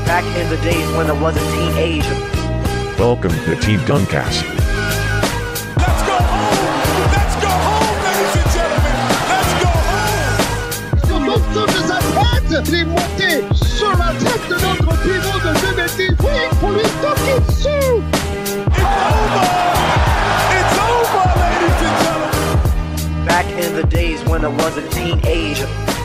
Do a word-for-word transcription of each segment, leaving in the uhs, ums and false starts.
Back in the days when I was a teenager. Welcome to Team Duncast. Let's go home! Let's go home, ladies and gentlemen! Let's go home! Sur l'ensemble de sa tête, il est monté sur la tête de notre pivot de deux mètres dix-huit pour lui toquer dessus. It's over! It's over, ladies and gentlemen! Back in the days when I was a teenager.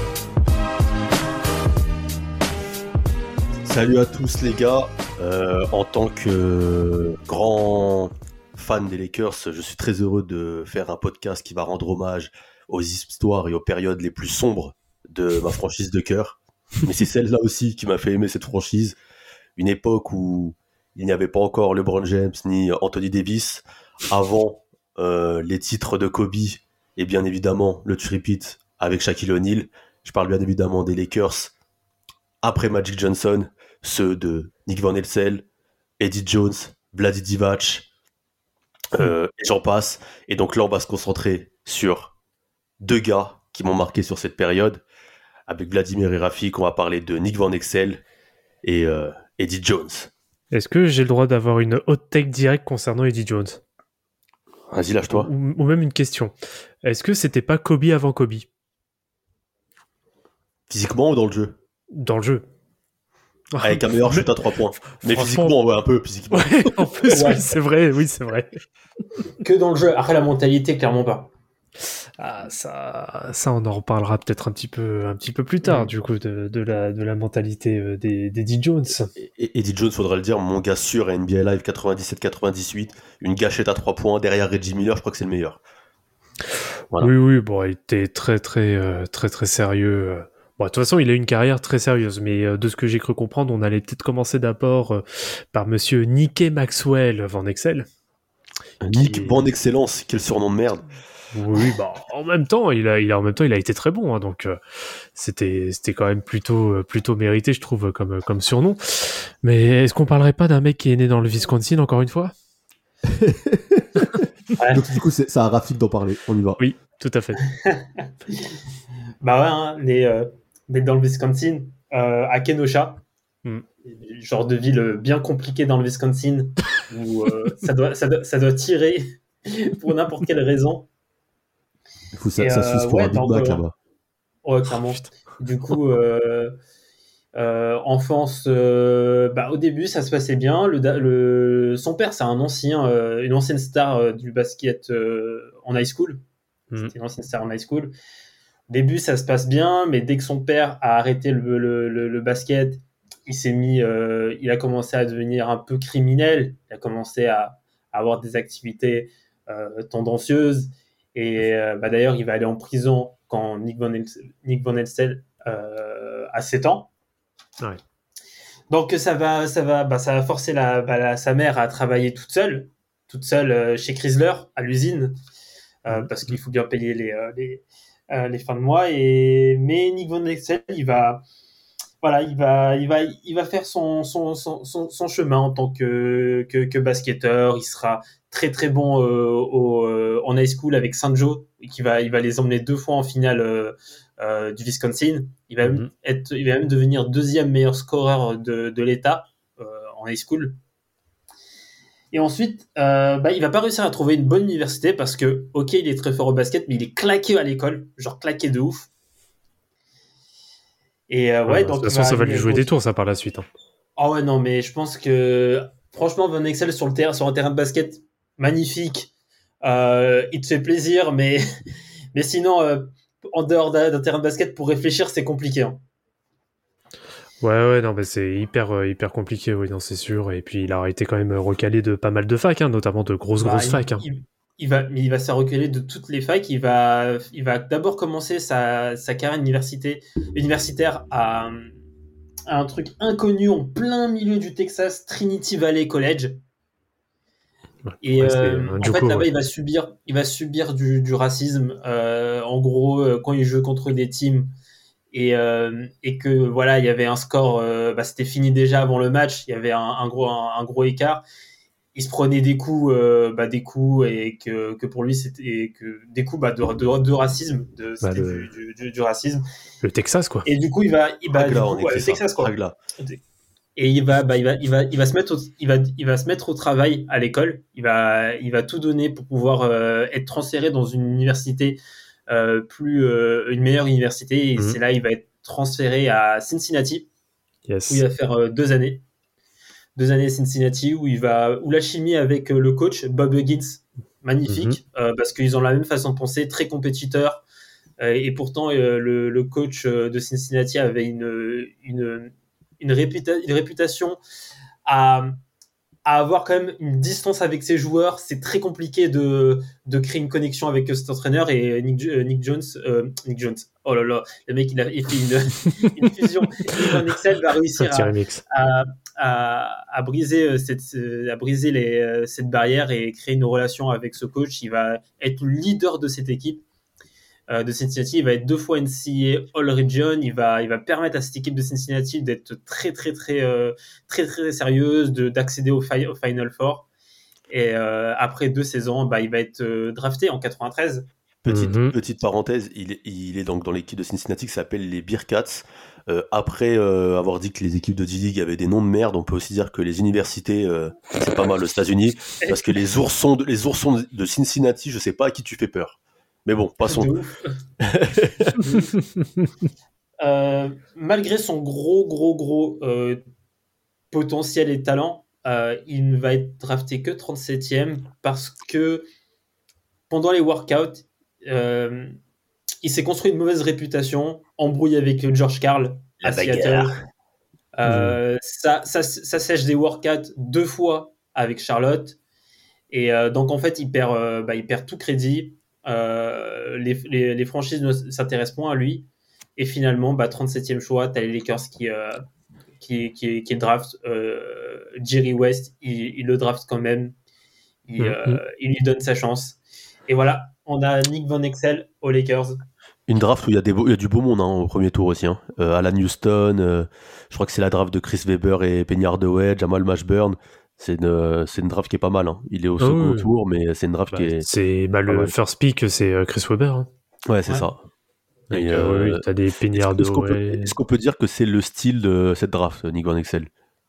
Salut à tous les gars, euh, en tant que grand fan des Lakers, je suis très heureux de faire un podcast qui va rendre hommage aux histoires et aux périodes les plus sombres de ma franchise de cœur. Mais c'est celle-là aussi qui m'a fait aimer cette franchise, une époque où il n'y avait pas encore LeBron James ni Anthony Davis, avant euh, les titres de Kobe et bien évidemment le three-peat avec Shaquille O'Neal. Je parle bien évidemment des Lakers après Magic Johnson, ceux de Nick Van Exel, Eddie Jones, Vlade Divac, euh, et j'en passe. Et donc là, on va se concentrer sur deux gars qui m'ont marqué sur cette période. Avec Vladimir et Rafik, on va parler de Nick Van Exel et euh, Eddie Jones. Est-ce que j'ai le droit d'avoir une hot take directe concernant Eddie Jones ? Vas-y, lâche-toi. Ou, ou même une question. Est-ce que c'était pas Kobe avant Kobe ? Physiquement ou dans le jeu ? Dans le jeu. Avec un meilleur shoot à trois points. Mais Franchement... physiquement, ouais, un peu, physiquement. Ouais, en plus, Ouais. oui, c'est vrai, oui, c'est vrai. Que dans le jeu. Après, la mentalité, clairement pas. Ah, ça, ça, on en reparlera peut-être un petit peu, un petit peu plus tard, Mmh. du coup, de, de, la, de la mentalité euh, des, d'Eddie Jones. Et, et Eddie Jones, faudrait le dire, mon gars sûr à N B A Live quatre-vingt-dix-sept quatre-vingt-dix-huit, une gâchette à trois points derrière Reggie Miller, je crois que c'est le meilleur. Voilà. Oui, oui, bon, il était très, très, euh, très, très sérieux. euh. Bon, de toute façon, il a eu une carrière très sérieuse, mais euh, de ce que j'ai cru comprendre, on allait peut-être commencer d'abord euh, par monsieur Nicky Maxwell Van Exel. Nick Qui- Van Excellence, quel surnom de merde. Oui, bah, en même temps, il a, il a, en même temps, il a été très bon, hein, donc euh, c'était, c'était quand même plutôt, euh, plutôt mérité, je trouve, comme, comme surnom. Mais est-ce qu'on parlerait pas d'un mec qui est né dans le Wisconsin, encore une fois ? Ouais. Donc du coup, c'est, c'est à Rafik d'en parler, on y va. Oui, tout à fait. Bah ouais, hein, né, euh, né dans le Wisconsin, euh, à Kenosha. Mm. Genre de ville bien compliquée dans le Wisconsin, où euh, ça, doit, ça, doit, ça doit tirer pour n'importe quelle raison. Il faut ça, Et, ça euh, suce pour ouais, un Big donc, Mac euh, là-bas. Ouais, clairement. Putain. Du coup, euh, euh, enfance, euh, bah, au début, ça se passait bien. Le, da- le, son père, c'est un ancien, euh, une ancienne star euh, du basket euh, en high school. Mhm. C'était une ancienne star en high school. Au début, ça se passe bien, mais dès que son père a arrêté le, le, le, le basket, il s'est mis, euh, il a commencé à devenir un peu criminel. Il a commencé à, à avoir des activités euh, tendancieuses. Et euh, bah, d'ailleurs, il va aller en prison quand Nick Van Exel, Nick Van Exel euh, a sept ans. Ouais. Donc ça va, ça va, bah, ça va forcer la, bah, la- sa mère à travailler toute seule, toute seule euh, chez Chrysler à l'usine, euh, parce qu'il faut bien payer les, euh, les, euh, les fins de mois. Et mais Nick Van Exel, il va, voilà, il va, il va, il va faire son, son, son, son, son chemin en tant que, que, que basketteur. Il sera très très bon euh, au, euh, en high school avec Saint Joe, et qui va, il va les emmener deux fois en finale euh, euh, du Wisconsin. Il va, Mhm. même être, il va même devenir deuxième meilleur scoreur de, de l'État euh, en high school. Et ensuite, euh, bah, il va pas réussir à trouver une bonne université parce que, ok, il est très fort au basket, mais il est claqué à l'école, genre claqué de ouf. Et euh, ouais, Ouais, donc de toute il façon, ça va lui il jouer des continue- tours, ça, par la suite. hein. Ah ouais, non, mais je pense que franchement, Van Exel sur le terrain, sur un terrain de basket, magnifique. Euh, il te fait plaisir, mais, mais sinon, euh, en dehors d'un, d'un terrain de basket, pour réfléchir, c'est compliqué. Hein. Ouais, ouais, non, mais c'est hyper, euh, hyper compliqué, oui, non, c'est sûr. Et puis, il a été quand même recalé de pas mal de facs, hein, notamment de grosses, Bah, grosses il, facs. hein. il, il va, il va se faire recueillir de toutes les facs. Il va, il va d'abord commencer sa, sa carrière université, universitaire à, à un truc inconnu en plein milieu du Texas, Trinity Valley College. Ouais, Et ouais, c'était euh, un en Juco, fait, là-bas, ouais. il va subir, il va subir du, du racisme. Euh, en gros, euh, quand il joue contre des teams et, euh, et que voilà, il y avait un score, euh, bah, c'était fini déjà avant le match. Il y avait un, un gros, un, un gros écart. Il se prenait des coups, euh, bah, des coups et que, que pour lui c'était que des coups bah, de, de, de racisme, de, Bah, c'était le- du, du, du, du racisme. Le Texas, quoi. Et du coup, il va, il va du Ragla, coup, on ouais, écrit le ça. Texas quoi. Ragla. et il va, bah, il va, il va, il va se mettre, au, il va, il va se mettre au travail à l'école. Il va, il va tout donner pour pouvoir euh, être transféré dans une université euh, plus, euh, une meilleure université. Et Mhm. c'est là, il va être transféré à Cincinnati, Yes. où il va faire euh, deux années, deux années à Cincinnati, où il va, où la chimie avec euh, le coach Bob Huggins, magnifique, euh, parce qu'ils ont la même façon de penser, très compétiteur. Euh, et pourtant, euh, le, le coach euh, de Cincinnati avait une, une, une, réputa- une réputation à, à avoir quand même une distance avec ses joueurs. C'est très compliqué de, de créer une connexion avec cet entraîneur. Et Nick, euh, Nick Jones, euh, Nick Jones, oh là là, le mec, il a il fait une, une fusion. Nick Van Exel va réussir Petit à, remix. à, à, à briser, cette, à briser les, cette barrière et créer une relation avec ce coach. Il va être le leader de cette équipe. Euh, de Cincinnati, il va être deux fois N C A A All-Region, il va, il va permettre à cette équipe de Cincinnati d'être très très très euh, très, très, très sérieuse, de, d'accéder au, fi- au Final Four. Et euh, après deux saisons, bah, il va être euh, drafté en quatre-vingt-treize. Petite, Mhm. petite parenthèse, il est, il est donc dans l'équipe de Cincinnati qui s'appelle les Bearcats. Euh, après euh, avoir dit que les équipes de D-League avaient des noms de merde, on peut aussi dire que les universités, euh, c'est pas mal aux États-Unis, parce que les oursons de, les oursons de Cincinnati, je sais pas à qui tu fais peur. Mais bon, De passons. ouf. Euh, malgré son gros gros gros euh, potentiel et talent, euh, il ne va être drafté que trente-septième parce que pendant les workouts, euh, il s'est construit une mauvaise réputation, embrouillé avec George Karl à La Seattle. bagarre. Euh, ça, ça, ça sèche des workouts deux fois avec Charlotte. Et euh, donc, en fait, il perd, euh, bah, il perd tout crédit. Euh, les, les, les franchises ne s'intéressent point à lui. Et finalement, bah, trente-septième choix, tu as les Lakers qui, euh, qui, qui, qui draft euh, Jerry West. Il, il le draft quand même. Il, Mhm. euh, il lui donne sa chance. Et voilà, on a Nick Van Exel aux Lakers. Une draft où il y a, des beaux- il y a du beau monde hein, au premier tour aussi. Hein. Euh, Alan Houston, euh, je crois que c'est la draft de Chris Webber et Penny Hardaway, Jamal Mashburn. C'est une, c'est une draft qui est pas mal. Hein. Il est au Ah second oui. tour, mais c'est une draft Bah, qui est. c'est bah, pas le mal. first pick, c'est euh, Chris Webber. Hein. Ouais, c'est Ouais. ça. Donc, Et, euh, euh, oui, oui, t'as des Penny Est-ce, est-ce qu'on peut, Hardaway. est-ce qu'on peut dire que c'est le style de cette draft, Nick Van Exel?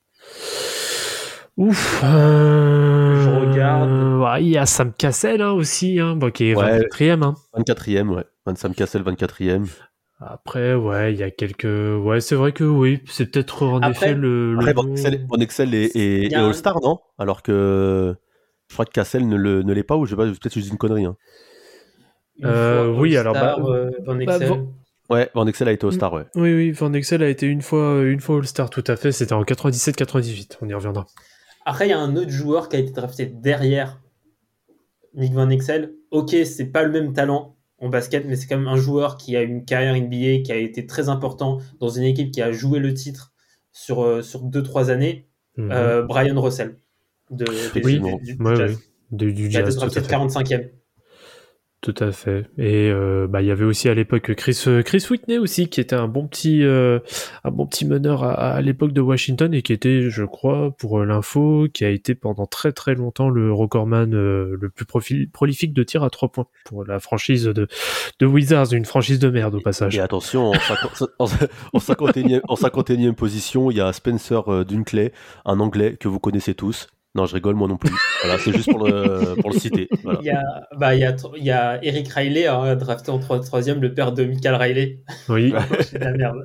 Ouf. euh, Je regarde. ouais, il y a Sam Cassell hein, aussi, hein, bon, qui est Ouais. vingt-quatrième. Hein. vingt-quatrième, ouais. Van Sam Cassel, vingt-quatrième. Après, ouais, il y a quelques. Ouais, c'est vrai que oui, c'est peut-être en Après- effet le. le Après, Van bon- Exel, Van Exel est, est, Il y est a un- All-Star, non? Alors que je crois que Cassel ne, le, ne l'est pas, ou je sais pas, peut-être que je dis une connerie. Hein. Une Euh, fois oui, alors, All-Star, bah, euh, Van bah, Exel. Van- Ouais, Van Exel a été All-Star, ouais. Oui, oui, Van Exel a été une fois, une fois All-Star, tout à fait. C'était en quatre-vingt-dix-sept quatre-vingt-dix-huit. On y reviendra. Après, il y a un autre joueur qui a été drafté derrière Nick Van Exel. Ok, c'est pas le même talent en basket, mais c'est quand même un joueur qui a une carrière N B A, qui a été très important dans une équipe qui a joué le titre sur, euh, sur deux trois années. Mhm. Euh, Brian Russell. De, des- Oui, du, du- du ouais, Jazz. ouais. Du, du Il a été jazz, tout à drafté fait. quarante-cinquième. Tout à fait. Et euh, bah il y avait aussi à l'époque Chris euh, Chris Whitney aussi qui était un bon petit euh, un bon petit meneur à, à l'époque de Washington et qui était, je crois, pour euh, l'info, qui a été pendant très très longtemps le recordman euh, le plus profi- prolifique de tir à trois points pour la franchise de de Wizards, une franchise de merde au passage. Et attention, en, cinquante en, en cinquante et unième, en cinquante et unième position, il y a Spencer euh, Dunkley, un Anglais que vous connaissez tous. Non, je rigole, moi non plus. Voilà, c'est juste pour le, pour le citer. Voilà. Il y a, bah, il y a, il y a Eric Riley, hein, drafté en troisième, le père de Michael Riley. Oui, C'est de la merde.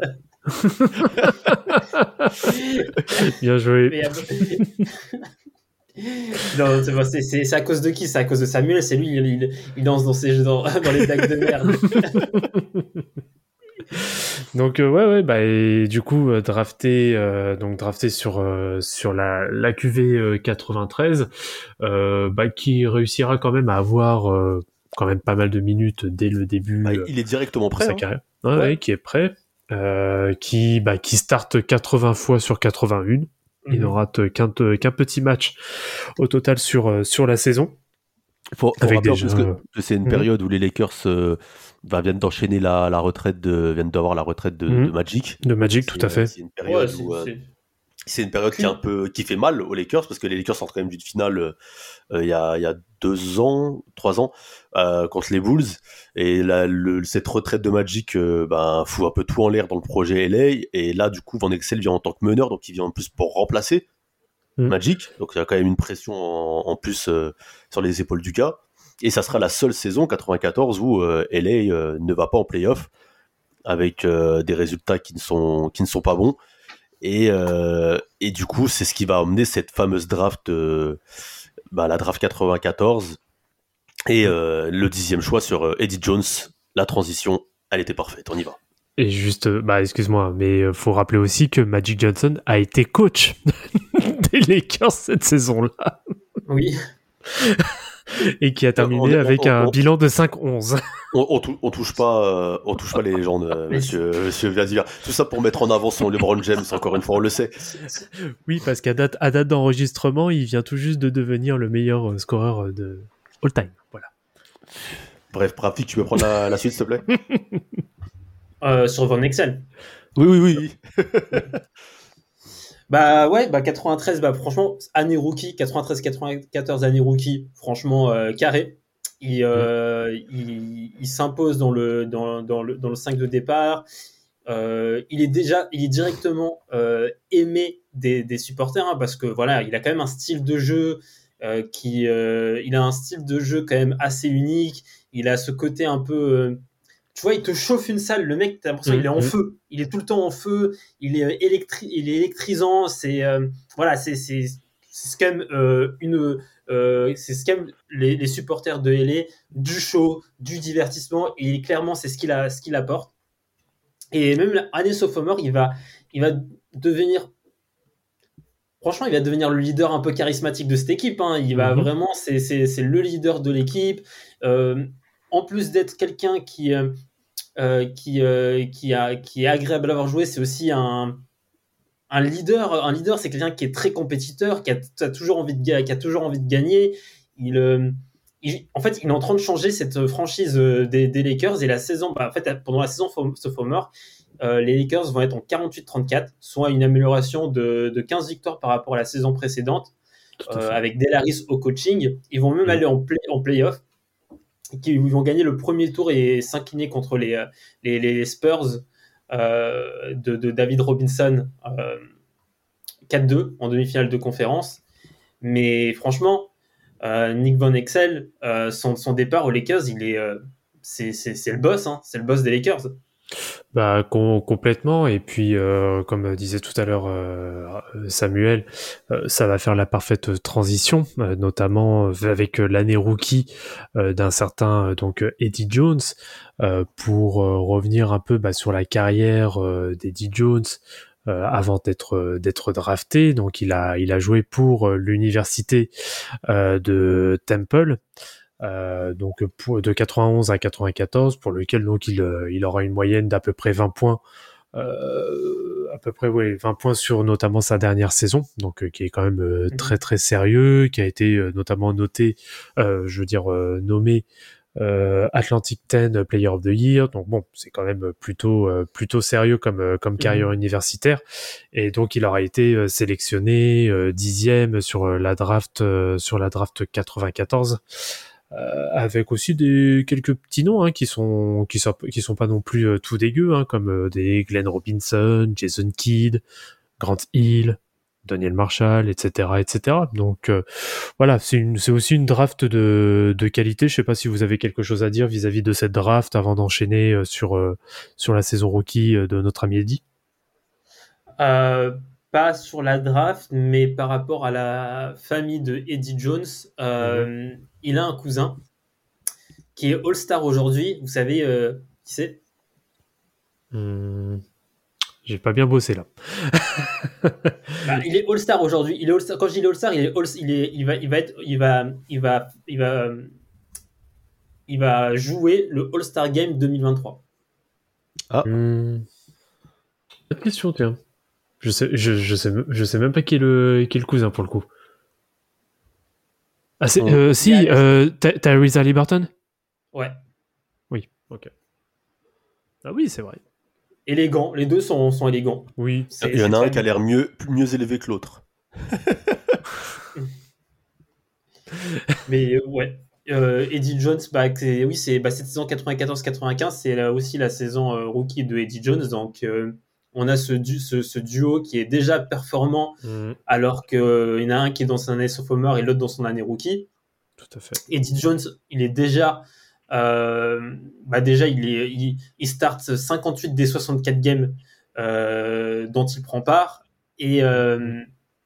bien joué. Mais, euh, non, c'est, bon, c'est, c'est, c'est à cause de qui? C'est à cause de Samuel. C'est lui, il, il, il danse dans, ses, dans, dans les blagues de merde. Donc euh, ouais ouais bah et du coup euh, drafté euh, donc drafté sur euh, sur la la Q V euh, quatre-vingt-treize euh, bah qui réussira quand même à avoir euh, quand même pas mal de minutes dès le début Bah, euh, il est directement de prêt. sa Hein. carrière. Ouais, Ouais. ouais, qui est prêt euh, qui bah qui starte quatre-vingts fois sur quatre-vingt-un. Il ne rate qu'un qu'un petit match au total sur euh, sur la saison. Faut, faut Avec rappeler en déjà- plus que, que c'est une Mhm. période où les Lakers euh, bah, viennent d'enchaîner la, la retraite de viennent d'avoir la retraite de, Mhm. de Magic. De Magic, C'est, tout à fait. C'est une période Ouais, c'est, où euh, c'est... c'est une période qui est un peu qui fait mal aux Lakers parce que les Lakers sont quand même d'une finale euh, il y a il y a deux ans, trois ans euh, contre les Bulls et la, le, cette retraite de Magic euh, ben fout un peu tout en l'air dans le projet L A et là du coup Van Exel vient en tant que meneur donc il vient en plus pour remplacer mm. Magic donc il y a quand même une pression en, en plus euh, sur les épaules du gars et ça sera la seule saison quatre-vingt-quatorze où euh, L A euh, ne va pas en play-off avec euh, des résultats qui ne sont qui ne sont pas bons. Et, euh, et du coup, c'est ce qui va emmener cette fameuse draft, euh, bah, la draft quatre-vingt-quatorze, et euh, le dixième choix sur euh, Eddie Jones. La transition, elle était parfaite, on y va. Et juste, bah excuse-moi, mais euh, faut rappeler aussi que Magic Johnson a été coach des Lakers cette saison-là. Oui. Et qui a terminé on, on, avec on, un on, bilan de cinq onze. On, on, tou- on touche pas, euh, on touche pas les légendes, euh, monsieur, monsieur Vladimir. Tout ça pour mettre en avant son LeBron James, encore une fois, on le sait. Oui, parce qu'à date, à date d'enregistrement, il vient tout juste de devenir le meilleur scoreur de all time. Voilà. Bref, Rafik, tu peux prendre la, la suite, s'il te plaît euh, Sur Van Exel. Oui, oui, oui. Bah ouais, bah quatre-vingt-treize, bah franchement, année rookie, quatre-vingt-treize quatre-vingt-quatorze année rookie, franchement euh, carré. Il, euh, mmh. il, il s'impose dans le, dans, dans, le, dans le cinq de départ. Euh, il est déjà, il est directement euh, aimé des, des supporters hein, parce que voilà, il a quand même un style de jeu euh, qui, euh, il a un style de jeu quand même assez unique. Il a ce côté un peu, euh, tu vois, il te chauffe une salle. Le mec, t'as l'impression qu'il mmh. est en feu. Il est tout le temps en feu. Il est électri- il est électrisant. C'est euh, voilà, c'est c'est c'est quand même euh, une Euh, c'est ce qu'aiment les, les supporters de L A, du show, du divertissement, et clairement c'est ce qu'il, a, ce qu'il apporte. Et même l'année sophomore, il va, il va devenir, franchement, il va devenir le leader un peu charismatique de cette équipe. Hein. Il va mm-hmm. vraiment, c'est, c'est, c'est le leader de l'équipe. Euh, en plus d'être quelqu'un qui, euh, qui, euh, qui, a, qui est agréable à avoir joué, c'est aussi un Un leader, un leader, c'est quelqu'un qui est très compétiteur, qui a, qui a toujours envie de, qui a toujours envie de gagner. Il, euh, il, en fait, il est en train de changer cette franchise des, des Lakers. Et la saison, bah, en fait, pendant la saison sophomore, euh, les Lakers vont être en quarante-huit trente-quatre, soit une amélioration de, de quinze victoires par rapport à la saison précédente, euh, avec Del Harris au coaching. Ils vont même mmh. aller en, play, en play-off. Ils vont gagner le premier tour et s'incliner contre les, les, les Spurs. Euh, de, de David Robinson euh, quatre deux en demi-finale de conférence. Mais franchement, euh, Nick Van Exel, euh, son, son départ aux Lakers, il est, euh, c'est, c'est, c'est le boss, hein, c'est le boss des Lakers. Bah com- complètement et puis euh, comme disait tout à l'heure euh, Samuel, euh, ça va faire la parfaite transition, euh, notamment avec l'année rookie euh, d'un certain euh, donc Eddie Jones euh, pour euh, revenir un peu bah, sur la carrière euh, d'Eddie Jones euh, avant d'être d'être drafté. Donc il a il a joué pour euh, l'université euh, de Temple. Euh, donc pour, de quatre-vingt-onze à quatre-vingt-quatorze, pour lequel donc il, il aura une moyenne d'à peu près vingt points, euh, à peu près ouais, vingt points sur notamment sa dernière saison, donc euh, qui est quand même euh, très très sérieux, qui a été euh, notamment noté, euh, je veux dire euh, nommé euh, Atlantic dix Player of the Year, donc bon c'est quand même plutôt euh, plutôt sérieux comme euh, comme carrière mmh. universitaire, et donc il aura été euh, sélectionné euh, dixième sur euh, la draft euh, sur la draft quatre-vingt-quatorze. Euh, avec aussi des quelques petits noms hein, qui sont qui sont qui sont pas non plus euh, tout dégueux hein, comme euh, des Glenn Robinson, Jason Kidd, Grant Hill, Daniel Marshall, et cetera, et cetera. Donc euh, voilà, c'est une c'est aussi une draft de de qualité. Je sais pas si vous avez quelque chose à dire vis-à-vis de cette draft avant d'enchaîner euh, sur euh, sur la saison rookie euh, de notre ami Eddie. Euh... Pas sur la draft, mais par rapport à la famille de Eddie Jones, euh, mmh. il a un cousin qui est All-Star aujourd'hui. Vous savez euh, qui c'est ? mmh. J'ai pas bien bossé là. bah, il est All-Star aujourd'hui. Il est All-Star. Quand je dis All-Star, il est, all, il est, il va, il va être, il va, il va, il va, il va jouer le All-Star Game deux mille vingt-trois. Ah. Mmh. Bonne question, tiens. Je sais, je, je sais, je sais même pas qui est le, qui est le cousin pour le coup. Ah, c'est, euh, si, euh, Tyrese Haliburton ? Ouais. Oui, ok. Ah oui, c'est vrai. élégant. Les deux sont, sont élégants. Oui. C'est- Il y en c'est a un très qui a l'air mieux, mieux élevé que l'autre. Mais euh, ouais. Euh, Eddie Jones, bah, c'est- oui, c'est bah, cette saison quatre-vingt-quatorze quatre-vingt-quinze, c'est là aussi la saison euh, rookie de Eddie Jones. Donc, euh, on a ce, du- ce, ce duo qui est déjà performant, Mhm. alors qu'il y en a un qui est dans son année sophomore et l'autre dans son année rookie. Tout à fait. Eddie Jones, il est déjà, euh, bah déjà, il, est, il, il start cinquante-huit des soixante-quatre games euh, dont il prend part. Et euh,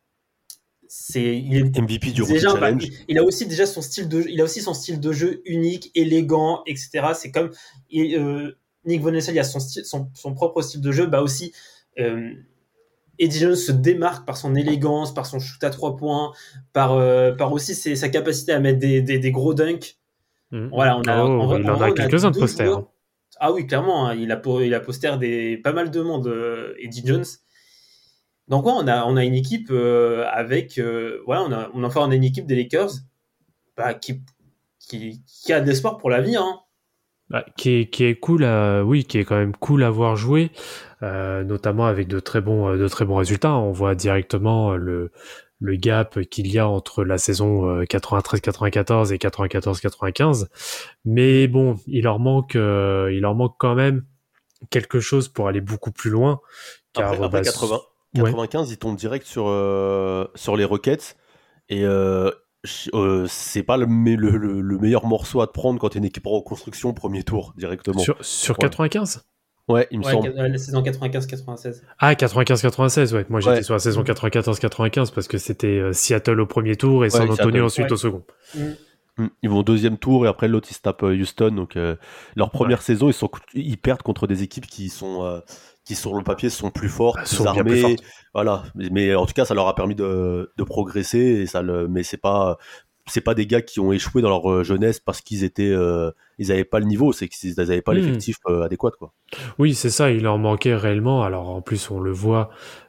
c'est, il est M V P du Rookie déjà, bah, Challenge. il, il a aussi déjà son style de, il a aussi son style de jeu unique, élégant, et cetera. C'est comme et, euh, Nick Van Exel, il a son, style, son, son propre style de jeu. Bah aussi, euh, Eddie Jones se démarque par son élégance, par son shoot à trois points, par, euh, par aussi ses, sa capacité à mettre des, des, des gros dunks. Mhm. Voilà, on a, Oh, en vrai- il en en vrai, a on quelques-uns de deux posters. joueurs- Ah oui, clairement, hein, il a po- il a poster des pas mal de monde, euh, Eddie Jones. Donc ouais, on a on a une équipe euh, avec euh, ouais, on a on enfin on a une équipe des Lakers bah, qui qui qui a de l'espoir pour la vie, hein. Bah, qui est qui est cool à oui qui est quand même cool à voir jouer, euh, notamment avec de très bons euh, de très bons résultats. On voit directement euh, le le gap qu'il y a entre la saison euh, quatre-vingt-treize quatre-vingt-quatorze et quatre-vingt-quatorze quatre-vingt-quinze. Mais bon, il leur manque euh, il leur manque quand même quelque chose pour aller beaucoup plus loin. Car Après, après bah, quatre-vingts, ouais. quatre-vingt-quinze, ils tombent direct sur, euh, sur les Rockets. Et euh, ch- euh, c'est pas le, me- le, le- le meilleur morceau à te prendre quand t'es une équipe en reconstruction, premier tour, directement. sur sur Ouais. quatre-vingt-quinze. Ouais, il me Ouais, semble. quat- la saison quatre-vingt-quinze quatre-vingt-seize. Ah, quatre-vingt-quinze quatre-vingt-seize, ouais. Moi, j'étais Ouais. sur la saison quatre-vingt-quatorze quatre-vingt-quinze parce que c'était euh, Seattle au premier tour et San Antonio Seattle. ensuite Ouais. au second. Mm. Ils vont au deuxième tour et après l'autre ils se tapent euh, Houston. Donc euh, leur première Ouais. saison, ils, sont, ils perdent contre des équipes qui sont euh, qui sur le papier sont plus fortes, Ah, plus sont bien armées. plus fortes. Voilà. Mais, mais en tout cas, ça leur a permis de, de progresser. Et ça le, mais c'est pas c'est pas des gars qui ont échoué dans leur euh, jeunesse parce qu'ils étaient euh, ils avaient pas le niveau, c'est qu'ils avaient pas Mm. l'effectif euh, adéquat, quoi. Oui, c'est ça, il leur manquait réellement. Alors en plus, on le voit,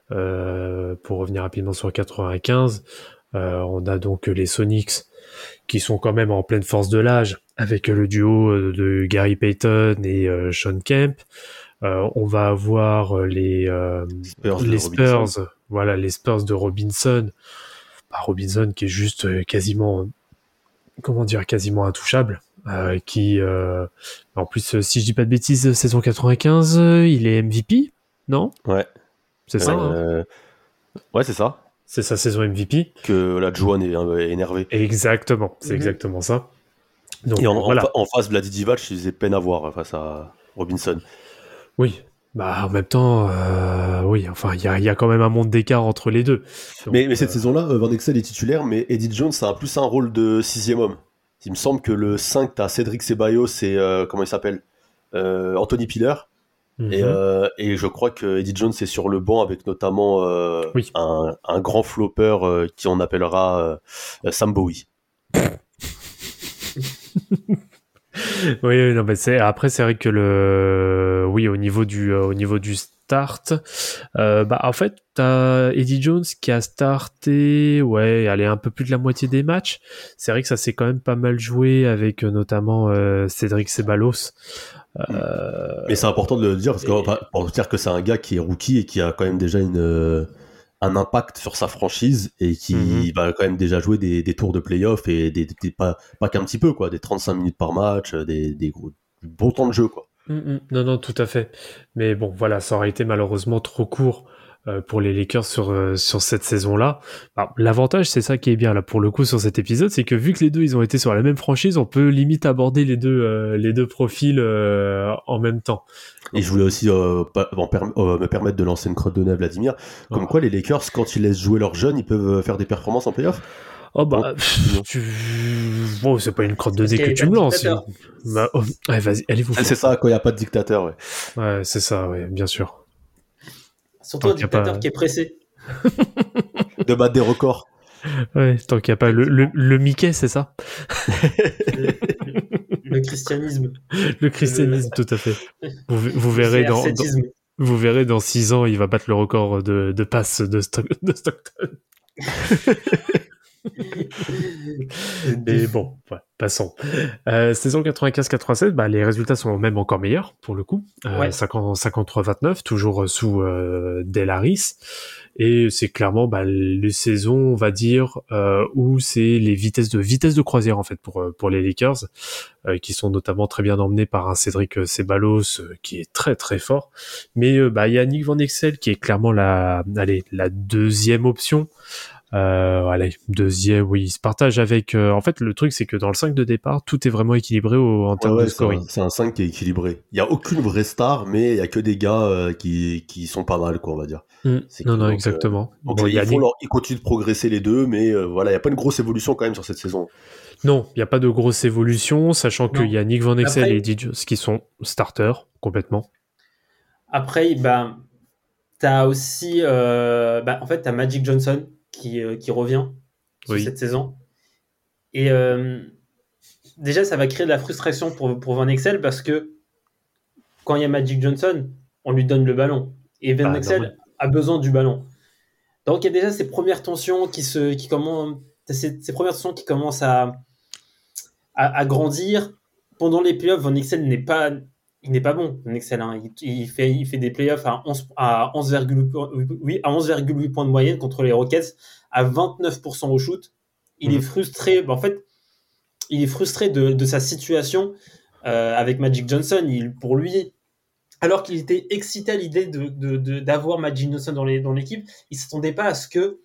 euh, pour revenir rapidement sur quatre-vingt-quinze, euh, on a donc les Sonics qui sont quand même en pleine force de l'âge avec le duo euh, de Gary Payton et euh, Sean Kemp. Euh, on va avoir les, euh, Spurs de les Robinson. Spurs, voilà, les Spurs de Robinson. Bah, Robinson qui est juste euh, quasiment, comment dire, quasiment intouchable. Euh, qui, euh, en plus, euh, si je dis pas de bêtises, saison quatre-vingt-quinze, euh, il est M V P, non? Ouais. C'est ça, hein. Euh, ouais, c'est ça. C'est sa saison M V P. Que la Juan est, euh, est énervé. Exactement, c'est Mhm. exactement ça. Donc Et en, en voilà. fa- en face, Vladi Divac, il faisait peine à voir face à Robinson. Oui. Bah en même temps, euh, oui. Enfin, il y a, il y a quand même un monde d'écart entre les deux. Donc, mais, mais cette euh, saison-là, euh, Van Exel est titulaire, mais Eddie Jones a plus un rôle de sixième homme. Il me semble que le cinq, t'as Cédric Ceballos et euh, comment il s'appelle euh, Anthony Piller. mhm. Et, euh, et je crois que Eddie Jones est sur le banc avec notamment euh, Oui. un, un grand flopper euh, qui on appellera euh, Sam Bowie. Oui, oui, non, mais c'est après c'est vrai que le oui au niveau du euh, au niveau du start, euh, bah en fait t'as Eddie Jones qui a starté, ouais, allez un peu plus de la moitié des matchs. C'est vrai que ça s'est quand même pas mal joué avec euh, notamment euh, Cédric Ceballos. Euh, Mais c'est important de le dire parce que et- on va- pour dire que c'est un gars qui est rookie et qui a quand même déjà une euh, un impact sur sa franchise et qui Mhm. va quand même déjà jouer des, des tours de playoff et des, des- pas, pas qu'un petit peu, quoi, des trente-cinq minutes par match, des, des gros, du bon temps de jeu, quoi. Mm, mm. Non, non, tout à fait. Mais bon, voilà, ça aurait été malheureusement trop court euh, pour les Lakers sur euh, sur cette saison-là. Alors, l'avantage, c'est ça qui est bien là pour le coup sur cet épisode, c'est que vu que les deux ils ont été sur la même franchise, on peut limite aborder les deux euh, les deux profils euh, en même temps. Et je voulais aussi euh, pas- en perm- euh, me permettre de lancer une crotte de nez à Vladimir. Comme Oh. quoi, les Lakers, quand ils laissent jouer leurs jeunes, ils peuvent faire des performances en playoff. Oh bah, Bon, pff, non. tu... bon, c'est pas une crotte de Parce nez qu'il y que avait tu pas me de lances. dictateur. Bah, oh, allez, vas-y, allez-vous. C'est c'est ça, quand il n'y a pas de dictateur, ouais. Ouais, c'est ça, ouais, bien sûr. Surtout un Tant qu'il y a dictateur pas- qui est pressé. De battre des records. Ouais, tant qu'il n'y a pas le, le, le Mickey, c'est ça? Le, le christianisme. Le christianisme, tout à fait. Vous, vous verrez Le dans, dans- C R sept-isme. vous verrez dans six ans, il va battre le record de, de passes de, Stock- de Stockton. Mais bon, ouais, passons. Euh, saison quatre-vingt-quinze quatre-vingt-seize, bah, les résultats sont même encore meilleurs, pour le coup. Euh, Ouais. cinquante, cinquante-trois vingt-neuf, toujours sous euh, Del Harris. Et c'est clairement bah, les saisons, on va dire, euh, où c'est les vitesses de vitesse de croisière, en fait, pour, pour les Lakers, euh, qui sont notamment très bien emmenés par un Cédric Ceballos, euh, qui est très très fort. Mais euh, bah, il y a Nick Van Exel, qui est clairement la, allez, la deuxième option. Euh, allez, deuxième, oui, il se partage avec... Euh, en fait, le truc, c'est que dans le cinq de départ, tout est vraiment équilibré au, en Ouais, termes ouais, de c'est un, scoring. c'est un cinq qui est équilibré. Il y a aucune vraie star, mais il y a que des gars euh, qui, qui sont pas mal, quoi, on va dire. Mm. C'est Non, que, non, donc, exactement. euh, donc Bon, ils, il y a font Nick- leur- ils continuent de progresser les deux, mais euh, voilà, il n'y a pas une grosse évolution quand même sur cette saison. Non, il n'y a pas de grosse évolution, sachant qu'il y a Nick Van Exel Après- et D J qui sont starters, complètement. Après, bah, t'as aussi, euh, bah, en fait, t'as Magic Johnson qui, euh, qui revient sur Oui. cette saison. Et euh, déjà, ça va créer de la frustration pour, pour Van Exel parce que quand il y a Magic Johnson, on lui donne le ballon. Et Van Ah, Exel normal. a besoin du ballon. Donc, il y a déjà ces premières tensions qui se, qui commencent, ces, ces premières tensions qui commencent à, à, à grandir. Pendant les playoffs, Van Exel n'est pas, il n'est pas bon. Van Exel, hein. il, il, fait, il fait des playoffs à onze, à onze virgule huit, à onze virgule huit points de moyenne contre les Rockets, à vingt-neuf pour cent au shoot. Il Mhm. est frustré. En fait, il est frustré de, de sa situation euh, avec Magic Johnson. Il, pour lui, alors qu'il était excité à l'idée de, de, de, d'avoir Magic Johnson dans, les, dans l'équipe, il ne s'attendait pas à ce que.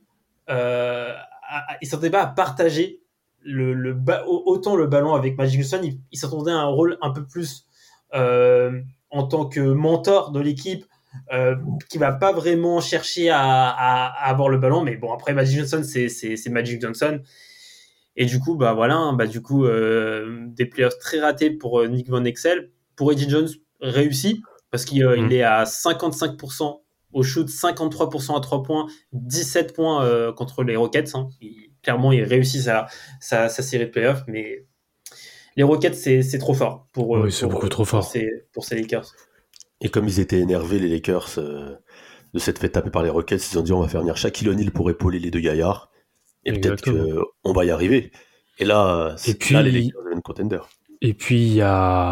Euh, à, à, il ne s'attendait pas à partager le, le ba- autant le ballon avec Magic Johnson. Il, il s'attendait à un rôle un peu plus euh, en tant que mentor de l'équipe, euh, qui ne va pas vraiment chercher à, à, à avoir le ballon. Mais bon, après, Magic Johnson, c'est, c'est, c'est Magic Johnson. Et du coup, bah voilà, bah du coup, euh, des playoffs très ratés pour euh, Nick Van Exel. Pour Eddie Jones, réussi, parce qu'il euh, Mm. il est à cinquante-cinq pour cent au shoot, cinquante-trois pour cent à trois points, dix-sept points euh, contre les Rockets. Hein. Il, clairement, il réussit sa, sa, sa série de playoffs, mais les Rockets, c'est, c'est trop fort pour, Oui, euh, c'est pour, beaucoup euh, trop fort. Pour ces, pour ces Lakers. Et comme ils étaient énervés, les Lakers, euh, de s'être fait taper par les Rockets, ils ont dit on va faire venir Shaquille O'Neal pour épauler les deux gaillards. Et Exactement. peut-être qu'on va y arriver. Et là, c'est, Et puis- là les Lakers deviennent contender. Et puis il y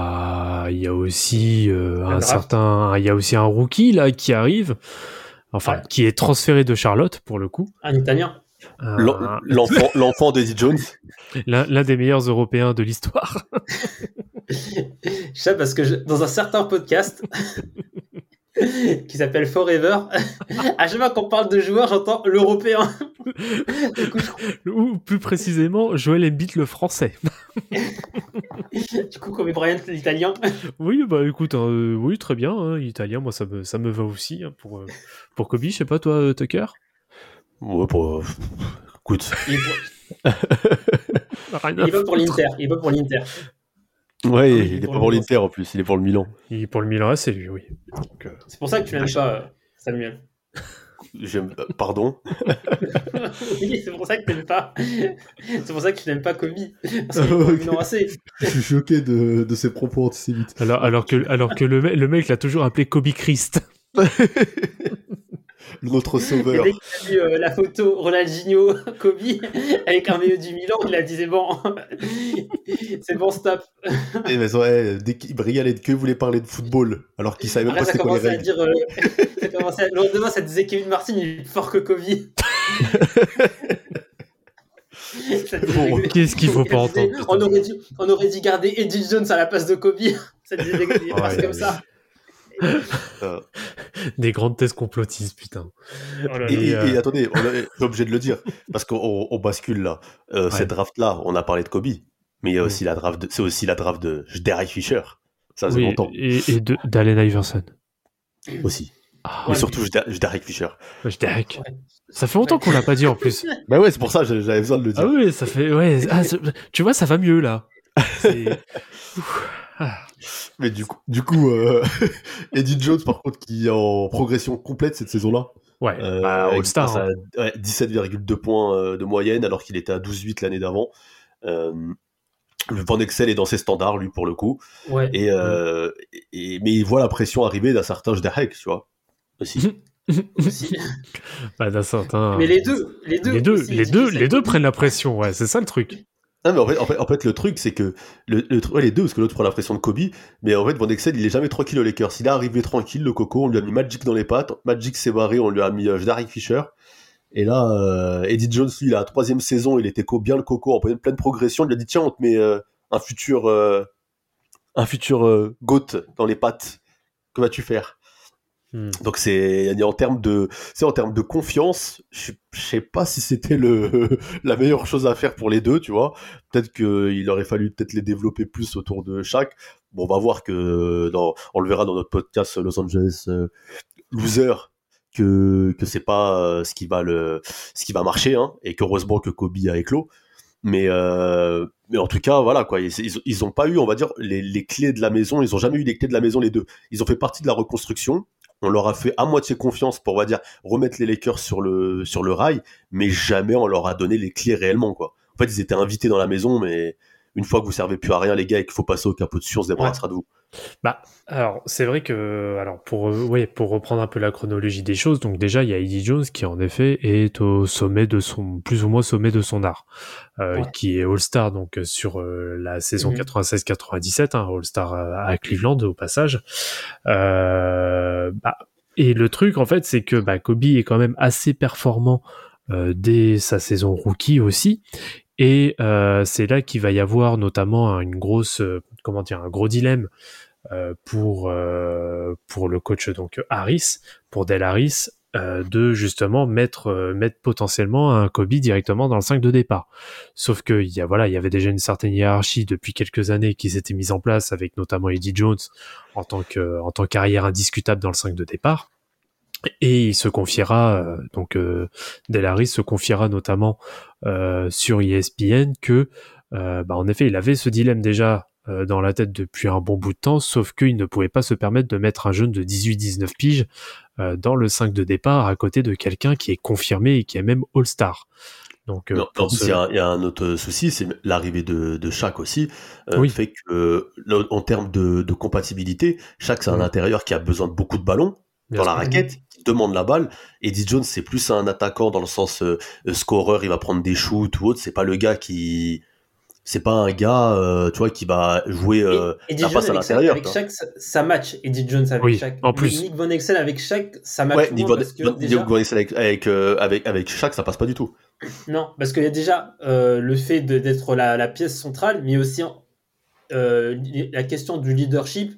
a, il y a aussi euh, un draft. certain, il y a aussi un rookie là qui arrive, enfin Ouais. qui est transféré de Charlotte pour le coup. Un Italien. Un- L'en- L'enfant, l'enfant d'Eddie Jones. l'un, l'un des meilleurs Européens de l'histoire. Je sais parce que je- dans un certain podcast qui s'appelle Forever, à chaque fois qu'on parle de joueurs, j'entends l'Européen. Du coup, je- Ou plus précisément, Joel Embiid le français. du coup, Kobe Bryant, l'italien. Oui, bah écoute, euh, oui, très bien, hein, italien, moi ça me, ça me va aussi hein, pour, euh, pour Kobe, je sais pas toi, euh, Tucker. Ouais, pour... Écoute. Il est, pour, Rien il à est pas pour foutre. l'Inter. Il est pas pour l'Inter. Ouais, oui, il est pour pas le pour Milan. l'Inter en plus, il est pour le Milan. Il est pour le Milan, c'est lui, oui. Donc, euh, C'est pour ça que tu l'aimes pas, euh, Samuel. J'aime... euh, Pardon. Oui, c'est pour ça que tu n'aimes pas. C'est pour ça que tu n'aimes pas Kobe. Parce qu'il est pour le Milan A C. Je suis choqué de, de ses propos antisémites. alors, alors que, alors que le, me- le mec l'a toujours appelé Kobe Christ. Notre Et sauveur. dès qu'il a vu euh, la photo Ronaldinho, Kobe, avec un maillot du Milan, il a dit c'est bon. C'est bon, stop. Et mais ouais, dès qu'il brillait que voulait parler de football, alors qu'il savait même Après, pas ça c'est quoi les commençait à règles. dire. Euh, ça commençait à... Le lendemain, ça disait Kevin Martin, il est plus fort que Kobe. Ça disait- Bon, qu'est-ce qu'il faut pas ça disait, entendre, on aurait, dû, on aurait dû garder Eddie Jones à la place de Kobe. Ça disait des des phrases Ouais, comme ouais. ça. Euh, Des grandes thèses complotistes, putain. Oh là Et, là. et- euh, et attendez, on est on est obligé de le dire, parce qu'on on bascule là. Euh, Ouais. Cette draft-là, on a parlé de Kobe, mais il y a Mm. aussi la draft de, c'est aussi la draft de Derek Fisher. Ça, c'est oui, longtemps et, et de, d'Allen Iverson. aussi. Ah, Mais Ouais. surtout Derek Fisher. je Derek. Ouais. Ça fait longtemps qu'on l'a pas dit en plus. Bah ouais, c'est pour ça que j'avais besoin de le dire. Ah oui, ça fait. Ouais, ah, c'est- tu vois, ça va mieux là. C'est- Ouf. Ah. Mais du coup, du coup euh, Eddie Jones, par contre, qui est en progression complète cette saison-là. Ouais, Euh, bah, avec- All-Star. passe hein. à, ouais, dix-sept virgule deux points euh, de moyenne, alors qu'il était à douze virgule huit l'année d'avant. Euh, le Van Exel est dans ses standards, lui, pour le coup. Ouais. Et, euh, et, mais il voit la pression arriver d'un certain Derek, tu vois, aussi. aussi. Bah, d'un certain... Mais les deux, les deux, les deux, aussi, les Gigi, deux, ça les deux Kobe. prennent la pression. Ouais, c'est ça le truc. Ah, mais en fait, en fait, en fait, le truc, c'est que le, le tr- ouais, les deux, parce que l'autre prend la pression de Kobe, mais en fait, Van Exel, il est jamais tranquille aux Lakers. Il est arrivé tranquille, le coco, on lui a mis Magic dans les pattes, Magic s'est barré, on lui a mis euh, Derek Fisher, et là, euh, Eddie Jones, lui, la troisième saison, il était co- bien le coco, en pleine, pleine progression, il lui a dit, tiens, on te met euh, un futur, euh, un futur euh, GOAT dans les pattes, que vas-tu faire? Hmm. Donc c'est en termes de c'est en termes de confiance, je je sais pas si c'était le la meilleure chose à faire pour les deux, tu vois. Peut-être qu'il aurait fallu peut-être les développer plus autour de Shaq. Bon, on va voir que dans on le verra dans notre podcast Los Angeles euh, Loser que que c'est pas euh, ce qui va le ce qui va marcher, hein, et qu'heureusement que Kobe a éclos. Mais euh, mais en tout cas voilà quoi, ils, ils ils ont pas eu, on va dire, les les clés de la maison, ils ont jamais eu les clés de la maison les deux. Ils ont fait partie de la reconstruction. On leur a fait à moitié confiance pour, on va dire, remettre les Lakers sur le, sur le rail, mais jamais on leur a donné les clés réellement, quoi. En fait, ils étaient invités dans la maison, mais une fois que vous servez plus à rien, les gars, et qu'il faut passer au capot dessus, on se débarrassera de vous. Bah, alors, c'est vrai que, alors, pour, euh, ouais, pour reprendre un peu la chronologie des choses, donc déjà, il y a Eddie Jones qui, en effet, est au sommet de son, plus ou moins sommet de son art, euh, Ouais. qui est All-Star, donc, sur euh, la saison Mhm. quatre-vingt-seize quatre-vingt-dix-sept, hein, All-Star à, à Cleveland, au passage. Euh, bah, et le truc, en fait, c'est que, bah, Kobe est quand même assez performant, euh, dès sa saison rookie aussi. Et euh, c'est là qu'il va y avoir notamment une grosse, euh, comment dire, un gros dilemme euh, pour euh, pour le coach donc Harris, pour Del Harris, euh, de justement mettre euh, mettre potentiellement un Kobe directement dans le cinq de départ. Sauf que il y a voilà, il y avait déjà une certaine hiérarchie depuis quelques années qui s'était mise en place avec notamment Eddie Jones en tant que en tant qu'arrière indiscutable dans le cinq de départ. Et il se confiera, euh, donc euh, Del Harris se confiera notamment euh, sur E S P N que, euh, bah, en effet, il avait ce dilemme déjà euh, dans la tête depuis un bon bout de temps, sauf qu'il ne pouvait pas se permettre de mettre un jeune de dix-huit dix-neuf piges euh, dans le cinq de départ à côté de quelqu'un qui est confirmé et qui est même All-Star. Donc, euh, Non, pour en plus, ce- il y, a- il y a un autre souci, c'est l'arrivée de, de Shaq aussi, euh, Oui. fait que, euh, là, en termes de, de compatibilité, Shaq, c'est un Oui. intérieur qui a besoin de beaucoup de ballons Bien dans la sûr. raquette, qui demande la balle. Eddie Jones, c'est plus un attaquant dans le sens euh, euh, scoreur, il va prendre des shoots ou autre, c'est pas le gars qui... C'est pas un gars, euh, tu vois, qui va jouer euh, Et- Eddie la Jones passe à avec Shaq, l'intérieur. avec tu vois. Shaq, ça, ça match. Eddie Jones avec Oui, Shaq. en plus. Nick Van Exel avec Shaq, ça match Ouais, moins Nick Van, parce que Van- déjà, Nick Van Exel avec, avec, euh, avec, avec Shaq, ça passe pas du tout. non, parce qu'il y a déjà euh, le fait de- d'être la, la pièce centrale, mais aussi euh, li- la question du leadership.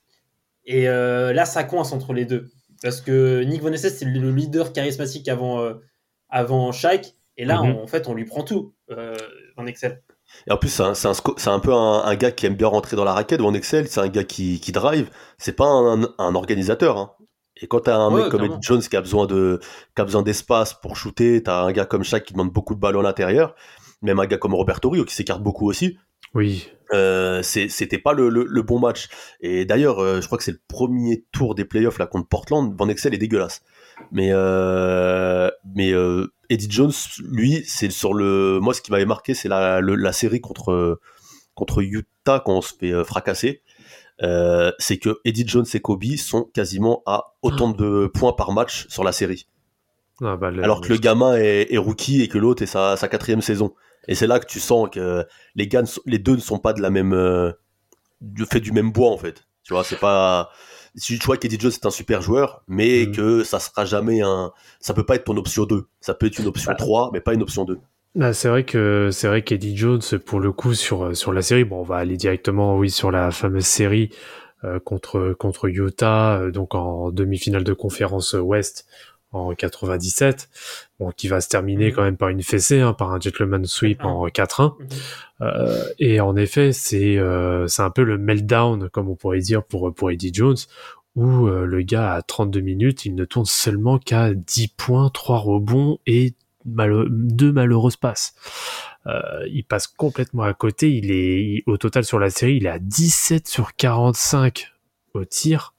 Et euh, là, ça coince entre les deux. Parce que Nick Van Exel, c'est le leader charismatique avant, euh, avant Shaq. Et là, Mhm. en fait, on lui prend tout, euh, Van Exel. Et en plus, c'est un, c'est un, sco- c'est un peu un, un gars qui aime bien rentrer dans la raquette. Van Exel, c'est un gars qui, qui drive. C'est pas un, un organisateur. Hein. Et quand t'as un Ouais, mec comme clairement. Eddie Jones qui a besoin de, qui a besoin d'espace pour shooter, t'as un gars comme Shaq qui demande beaucoup de ballons à l'intérieur. Même un gars comme Roberto Rio qui s'écarte beaucoup aussi. Oui. Euh, c'est- c'était pas le, le, le bon match. Et d'ailleurs, euh, je crois que c'est le premier tour des playoffs là contre Portland. Van Exel est dégueulasse. Mais euh, mais euh, Eddie Jones, lui, c'est sur le. Moi, ce qui m'avait marqué, c'est la, le- la série contre contre Utah quand on se fait euh, fracasser. Euh, c'est que Eddie Jones et Kobe sont quasiment à autant de points par match sur la série. Ah, bah, le- Alors que le gamin est, est rookie et que l'autre est sa, sa quatrième saison. Et c'est là que tu sens que les gars, ne sont- les deux ne sont pas de la même, euh, du fait du même bois en fait. Tu vois, c'est pas. Tu vois qu'Eddie Jones est un super joueur, mais Mm. que ça sera jamais un. Ça peut pas être ton option deux. Ça peut être une option Bah. trois, mais pas une option deux. Bah, c'est vrai que c'est vrai qu'Eddie Jones, pour le coup, sur sur la série, bon, on va aller directement, oui, sur la fameuse série euh, contre contre Utah, euh, donc en demi-finale de conférence Ouest en quatre-vingt-dix-sept, bon, qui va se terminer Mhm. quand même par une fessée, hein, par un gentleman sweep Mhm. en quatre un. Mhm. Euh, et en effet, c'est euh, c'est un peu le meltdown, comme on pourrait dire pour pour Eddie Jones, où euh, le gars à trente-deux minutes, il ne tourne seulement qu'à dix points, trois rebonds et Malo- deux malheureuses passes. Euh, il passe complètement à côté. Il est il- au total sur la série, il est à dix-sept sur quarante-cinq au tir.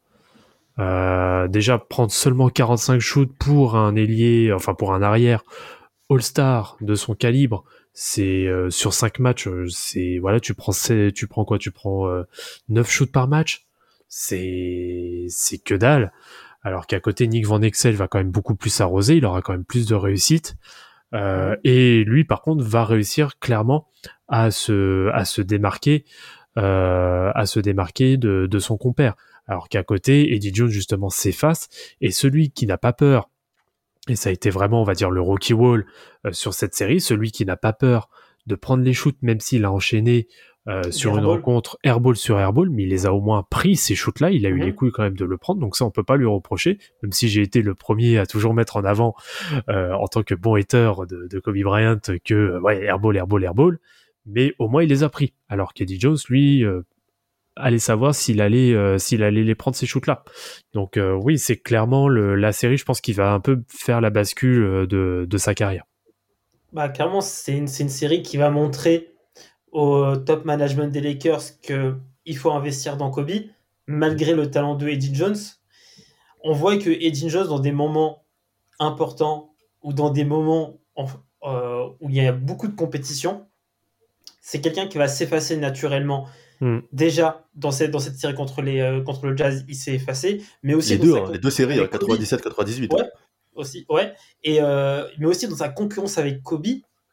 Euh, déjà prendre seulement quarante-cinq shoots pour un ailier, enfin pour un arrière All-Star de son calibre, c'est euh, sur cinq matchs, euh, c'est voilà, tu prends c'est- tu prends quoi, tu prends euh, neuf shoots par match. C'est c'est que dalle. alors qu'à côté, Nick Van Exel va quand même beaucoup plus s'arroser, il aura quand même plus de réussite. Euh, et lui, par contre, va réussir clairement à se, à se démarquer, euh, à se démarquer de, de son compère. Alors qu'à côté, Eddie Jones, justement, s'efface, et celui qui n'a pas peur, et ça a été vraiment, on va dire, le Rocky Wall euh, sur cette série, celui qui n'a pas peur de prendre les shoots, même s'il a enchaîné euh, sur airball. Une rencontre airball sur airball, mais il les a au moins pris, ces shoots-là, il a mm-hmm. eu les couilles quand même de le prendre, donc ça, on peut pas lui reprocher, même si j'ai été le premier à toujours mettre en avant, euh, en tant que bon hater de, de Kobe Bryant, que, euh, ouais, airball, airball, airball, mais au moins, il les a pris. Alors qu'Eddie Jones, lui... Euh, allait savoir s'il allait euh, s'il allait les prendre ces shoots là. Donc euh, oui, c'est clairement le, la série, je pense qu'il va un peu faire la bascule de, de sa carrière. Bah clairement, c'est une, c'est une série qui va montrer au top management des Lakers que il faut investir dans Kobe malgré le talent de Eddie Jones. On voit que Eddie Jones, dans des moments importants ou dans des moments en, euh, où il y a beaucoup de compétition, c'est quelqu'un qui va s'effacer naturellement. Mm. Déjà, dans cette, dans cette série contre, les, euh, contre le Jazz, il s'est effacé, mais aussi les deux, hein, les deux séries, hein, quatre-vingt-dix-sept quatre-vingt-dix-huit. Ouais, hein. aussi, ouais. Et, euh, mais aussi dans sa concurrence avec Kobe,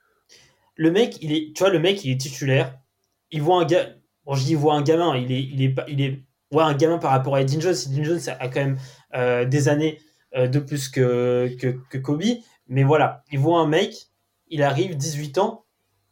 le mec, il est, tu vois, le mec, il est titulaire. Il voit un gars, bon, je dis, il voit un gamin, il est, il est, il est, ouais, un gamin par rapport à Eddie Jones. Eddie Jones a quand même euh, des années euh, de plus que, que, que Kobe, mais voilà, il voit un mec, il arrive, dix-huit ans.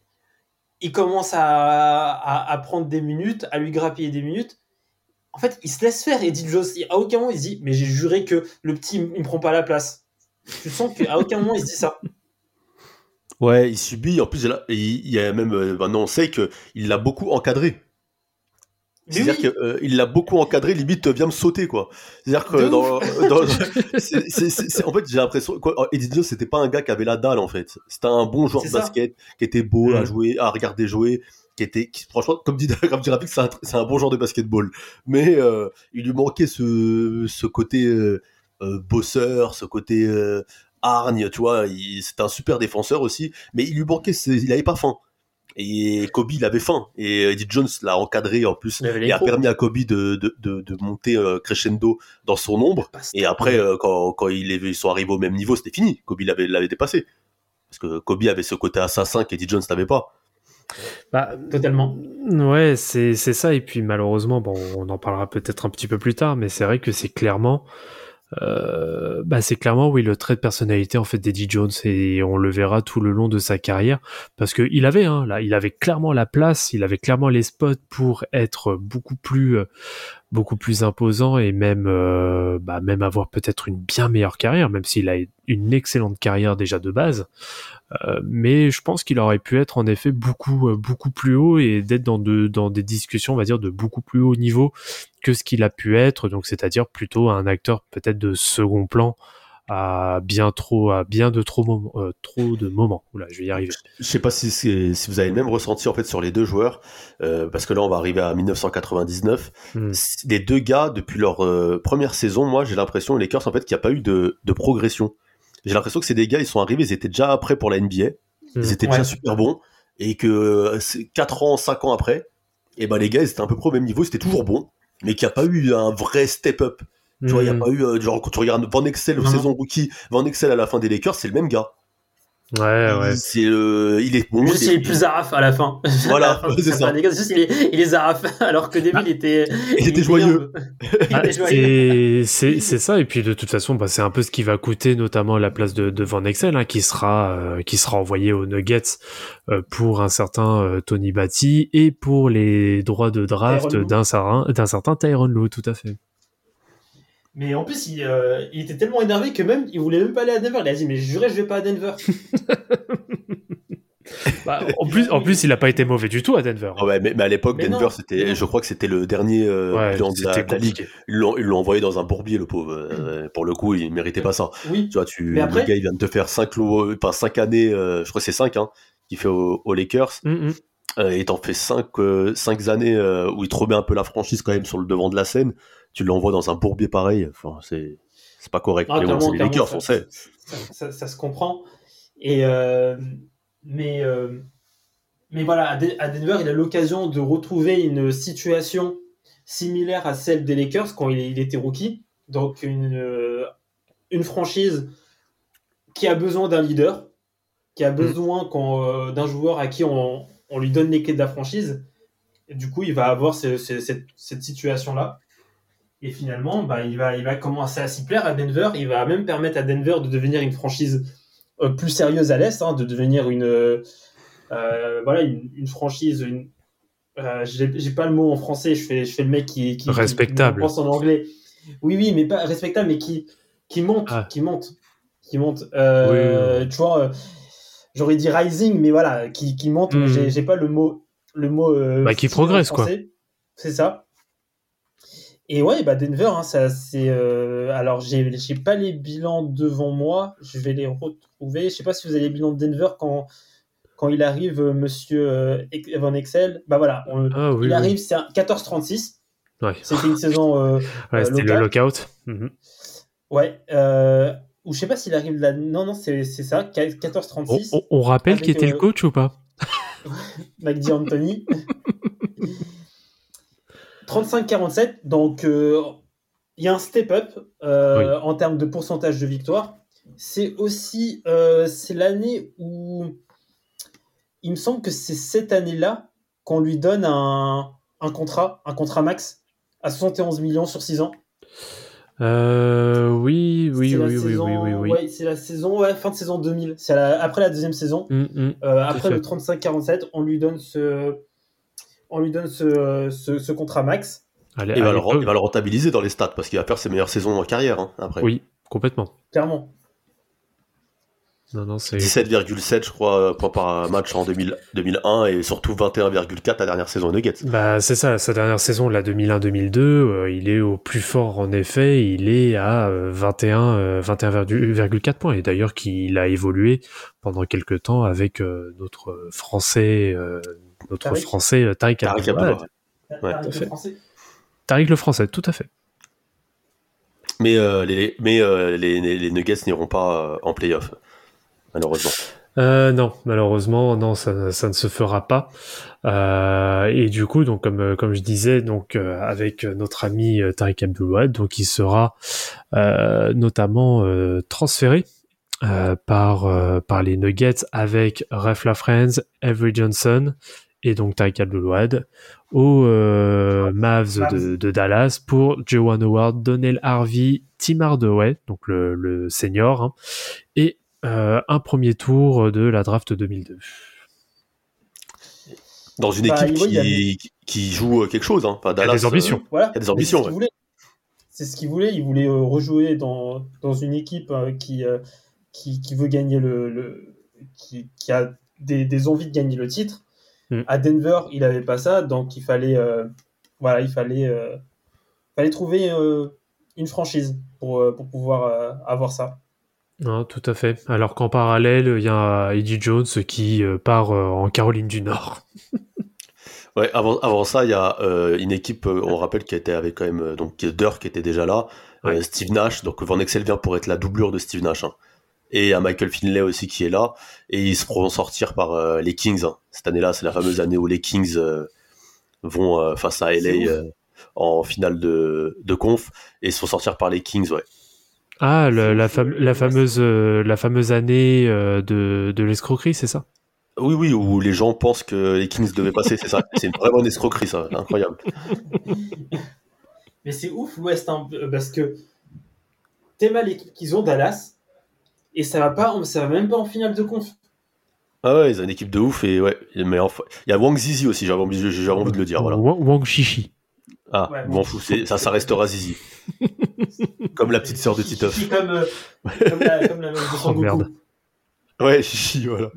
Il commence à, à, à prendre des minutes, à lui grappiller des minutes. En fait, il se laisse faire. Eddie Jones, à aucun moment, il se dit « Mais j'ai juré que le petit, il me prend pas la place. » Tu sens qu'à aucun moment, il se dit ça. Ouais, il subit. En plus, il, il y a même... Maintenant, on sait qu'il l'a beaucoup encadré. C'est-à-dire oui. qu'il euh, l'a beaucoup encadré, limite vient me sauter, quoi. C'est-à-dire que dans, dans c'est, c'est, c'est, c'est, en fait, j'ai l'impression quoi, Eddie Jones, c'était pas un gars qui avait la dalle, en fait. C'était un bon joueur c'est de basket, ça. Qui était beau mmh. à jouer, à regarder jouer, qui était, qui, franchement, comme dit Grave Rapide, c'est un, c'est un bon joueur de basketball. Mais euh, il lui manquait ce, ce côté euh, euh, bosseur, ce côté euh, hargne, tu vois. Il, c'était un super défenseur aussi, mais il lui manquait, ce, il avait pas faim. Et Kobe, il avait faim. Et Eddie Jones l'a encadré en plus et a permis à Kobe de, de, de, de monter euh, crescendo dans son ombre. Et après, euh, quand, quand ils, ils sont arrivés au même niveau, c'était fini. Kobe l'avait, l'avait dépassé. Parce que Kobe avait ce côté assassin qu'Eddie Jones n'avait pas. Bah, totalement. Ouais, c'est, c'est ça. Et puis malheureusement, bon, on en parlera peut-être un petit peu plus tard, mais c'est vrai que c'est clairement... Euh, bah c'est clairement oui le trait de personnalité en fait d'Eddie Jones et on le verra tout le long de sa carrière parce que il avait hein là il avait clairement la place, il avait clairement les spots pour être beaucoup plus euh, beaucoup plus imposant et même euh, bah même avoir peut-être une bien meilleure carrière même s'il a une excellente carrière déjà de base. Euh, mais je pense qu'il aurait pu être en effet beaucoup euh, beaucoup plus haut et d'être dans de dans des discussions on va dire de beaucoup plus haut niveau que ce qu'il a pu être, donc c'est-à-dire plutôt un acteur peut-être de second plan à bien trop à bien de trop moments euh, trop de moments. Oula, je vais y arriver. Je sais pas si c'est, si vous avez le même ressenti en fait sur les deux joueurs euh, parce que là on va arriver à dix-neuf cent quatre-vingt-dix-neuf. Mm. Les deux gars depuis leur euh, première saison, moi j'ai l'impression les Lakers en fait qu'il n'y a pas eu de de progression. J'ai l'impression que c'est des gars, ils sont arrivés, ils étaient déjà prêts pour la N B A, ils mmh, étaient ouais. déjà super bons, et que quatre ans, cinq ans après, et ben les gars, ils étaient un peu près au même niveau, ils étaient toujours bons, mais qu'il n'y a pas eu un vrai step-up. Mmh. Tu vois, il n'y a pas eu, euh, genre, quand tu regardes Van Exel, saison rookie, Van Exel à la fin des Lakers, c'est le même gars. Ouais, ouais. C'est, euh, il est bon. Juste, il est plus Zaraf à la fin. Voilà, à la fin, c'est ça. Gars, juste, il est, il est Zaraf, alors que début, ah. il était, il, il était joyeux. Ah, c'est, c'est, c'est ça. Et puis, de toute façon, bah, c'est un peu ce qui va coûter, notamment la place de, de Van Exel, hein, qui sera, euh, qui sera envoyé aux Nuggets, euh, pour un certain, euh, Tony Batty et pour les droits de draft d'un certain, d'un certain Tyronn Lue, tout à fait. Mais en plus, il, euh, il était tellement énervé que même, il voulait même pas aller à Denver. Il a dit, mais je jurais, je vais pas à Denver. bah, en plus, en plus, il a pas été mauvais du tout à Denver. Oh ouais, mais, mais à l'époque, mais Denver, non. c'était, je crois que c'était le dernier euh, ouais, bilan de la, de la ligue. Ils l'ont, ils l'ont envoyé dans un bourbier, le pauvre. Euh, pour le coup, il méritait pas ça. Oui. Tu vois, tu, mais après... le gars, il vient de te faire cinq lots, enfin, cinq années, euh, je crois que c'est cinq, hein, qu'il fait aux, aux Lakers. Mm-hmm. Euh, et t'en fais cinq, euh, cinq années euh, où il te remet un peu la franchise quand même sur le devant de la scène. Tu l'envoies dans un bourbier pareil. Enfin, c'est, c'est pas correct. Ah, mais bon, c'est les Lakers, on sait. Ça, ça, ça se comprend. Et euh, mais euh, mais voilà, à, De- à Denver, il a l'occasion de retrouver une situation similaire à celle des Lakers quand il, il était rookie. Donc une une franchise qui a besoin d'un leader, qui a besoin quand, euh, d'un joueur à qui on, on lui donne les clés de la franchise. Et du coup, il va avoir ce, ce, cette, cette situation-là. Et finalement, bah, il, va, il va commencer à s'y plaire à Denver. Il va même permettre à Denver de devenir une franchise euh, plus sérieuse à l'Est, hein, de devenir une, euh, voilà, une, une franchise... Une, euh, j'ai, j'ai pas le mot en français, je fais, je fais le mec qui, qui, respectable. qui pense en anglais. Oui, oui, mais pas respectable, mais qui, qui monte, ah. qui monte, qui monte. Euh, oui, oui. Tu vois, euh, j'aurais dit rising, mais voilà, qui, qui monte. Mm. J'ai, j'ai pas le mot, le mot. Euh, bah, qui progresse, quoi. C'est ça. Et ouais, bah Denver, hein, ça, c'est. Euh, alors, j'ai, j'ai pas les bilans devant moi. Je vais les retrouver. Je sais pas si vous avez les bilans de Denver quand. Quand il arrive, euh, monsieur euh, Evan Excel, bah voilà, on, ah, oui, il arrive, oui. C'est un quatorze trente-six. Ouais. C'était une saison. Euh, ouais, c'était locale. le lockout. Mm-hmm. Ouais. Euh, ou je sais pas s'il arrive là. Non, non, c'est, c'est ça, quatorze trente-six. On, on rappelle avec, qui était euh, le coach ou pas? Mike D'Antoni. trente-cinq quarante-sept. Donc, il euh, y a un step-up euh, oui. en termes de pourcentage de victoire. C'est aussi euh, c'est l'année où. Il me semble que c'est cette année-là qu'on lui donne un, un contrat, un contrat max à soixante et onze millions sur six ans. Euh, oui, oui, oui, oui, saison, oui, oui, oui. Ouais, c'est la saison, ouais, fin de saison deux mille. C'est la, après la deuxième saison. Mm, mm, euh, après le trente-cinq quarante-sept, on lui donne ce, on lui donne ce, ce, ce contrat max. Allez, il, va le, il va le rentabiliser dans les stats parce qu'il va faire ses meilleures saisons en carrière hein, après. Oui, complètement. Clairement. Non, non, c'est... dix-sept virgule sept je crois points par match en deux mille, deux mille un et surtout vingt et un virgule quatre la dernière saison Nuggets. Bah c'est ça, sa dernière saison la deux mille un deux mille deux, euh, il est au plus fort en effet, il est à euh, vingt et un virgule quatre points et d'ailleurs qu'il a évolué pendant quelques temps avec euh, notre français euh, notre Tariq. français euh, Tariq Abdul-Wahad. Ouais. Tariq le français. Tariq le français, tout à fait. Mais euh, les mais euh, les, les Nuggets n'iront pas euh, en play-off. Malheureusement. Euh, non, malheureusement, non, ça, ça ne se fera pas. Euh, et du coup, donc comme comme je disais, donc euh, avec notre ami euh, Tariq Abdul-Wahad, donc il sera euh, notamment euh, transféré euh, par euh, par les Nuggets avec Ref LaFrentz, Avery Johnson et donc Tariq Abdul-Wahad aux euh, Mavs de, de Dallas pour Juwan Howard, Donnell Harvey, Tim Hardaway, donc le, le senior, hein, et Euh, un premier tour de la draft deux mille deux. Dans une bah, équipe qui, a... qui joue quelque chose. Hein. Enfin, Dallas, il y a des ambitions. Euh, voilà. Il y a des ambitions. C'est ce, ouais. c'est ce qu'il voulait. Il voulait euh, rejouer dans, dans une équipe euh, qui, euh, qui, qui veut gagner le. le qui, qui a des, des envies de gagner le titre. Mm. À Denver, il n'avait pas ça. Donc, il fallait, euh, voilà, il fallait, euh, fallait trouver euh, une franchise pour, euh, pour pouvoir euh, avoir ça. Non, tout à fait. Alors qu'en parallèle, il y a Eddie Jones qui euh, part euh, en Caroline du Nord. Ouais, avant, avant ça, il y a euh, une équipe, euh, on rappelle, qui était avec quand même, euh, donc Dirk qui était déjà là, ouais. euh, Steve Nash, donc Van Exel vient pour être la doublure de Steve Nash, hein. Et il y a Michael Finley aussi qui est là, et ils se feront sortir par euh, les Kings. Hein. Cette année-là, c'est la fameuse année où les Kings euh, vont euh, face à L A euh, en finale de, de conf, et ils se font sortir par les Kings, ouais. Ah, le, la, fam- la, fameuse, euh, la fameuse année euh, de, de l'escroquerie, c'est ça? Oui, oui, où les gens pensent que les Kings devaient passer, c'est ça. C'est vraiment une escroquerie, ça, incroyable. Mais c'est ouf l'Ouest, hein, parce que t'es mal l'équipe qu'ils ont, Dallas, et ça va pas, ça va même pas en finale de conf. Ah ouais, ils ont une équipe de ouf, et ouais, mais enfin, il y a Wang Zizi aussi, j'avais envie, j'avais envie de le dire, voilà. Wang Chichi. Ah, ouais, m'en fous, c'est, ça, ça restera Zizi. Comme la petite sœur de Titeuf. Chichi comme, euh, comme la, comme la meuf de Son oh, merde. Ouais, Chichi, voilà.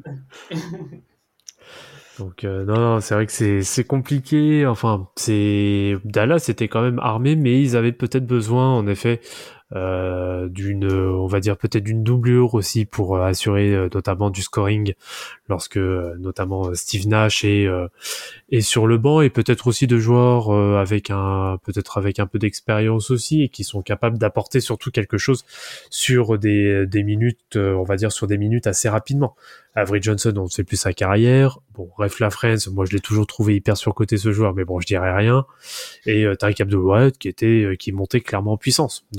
Donc euh, non, non, c'est vrai que c'est c'est compliqué. Enfin, c'est Dallas était quand même armé, mais ils avaient peut-être besoin, en effet, euh, d'une, on va dire peut-être d'une doublure aussi pour euh, assurer euh, notamment du scoring lorsque euh, notamment Steve Nash est euh, est sur le banc, et peut-être aussi de joueurs euh, avec un peut-être avec un peu d'expérience aussi et qui sont capables d'apporter surtout quelque chose sur des des minutes, euh, on va dire sur des minutes assez rapidement. Avery Johnson, on ne sait plus sa carrière. Bon, Ref LaFrentz, moi je l'ai toujours trouvé hyper surcoté ce joueur, mais bon, je dirais rien. Et euh, Tariq Abdul-Wahad qui était, euh, qui montait clairement en puissance. Donc, euh,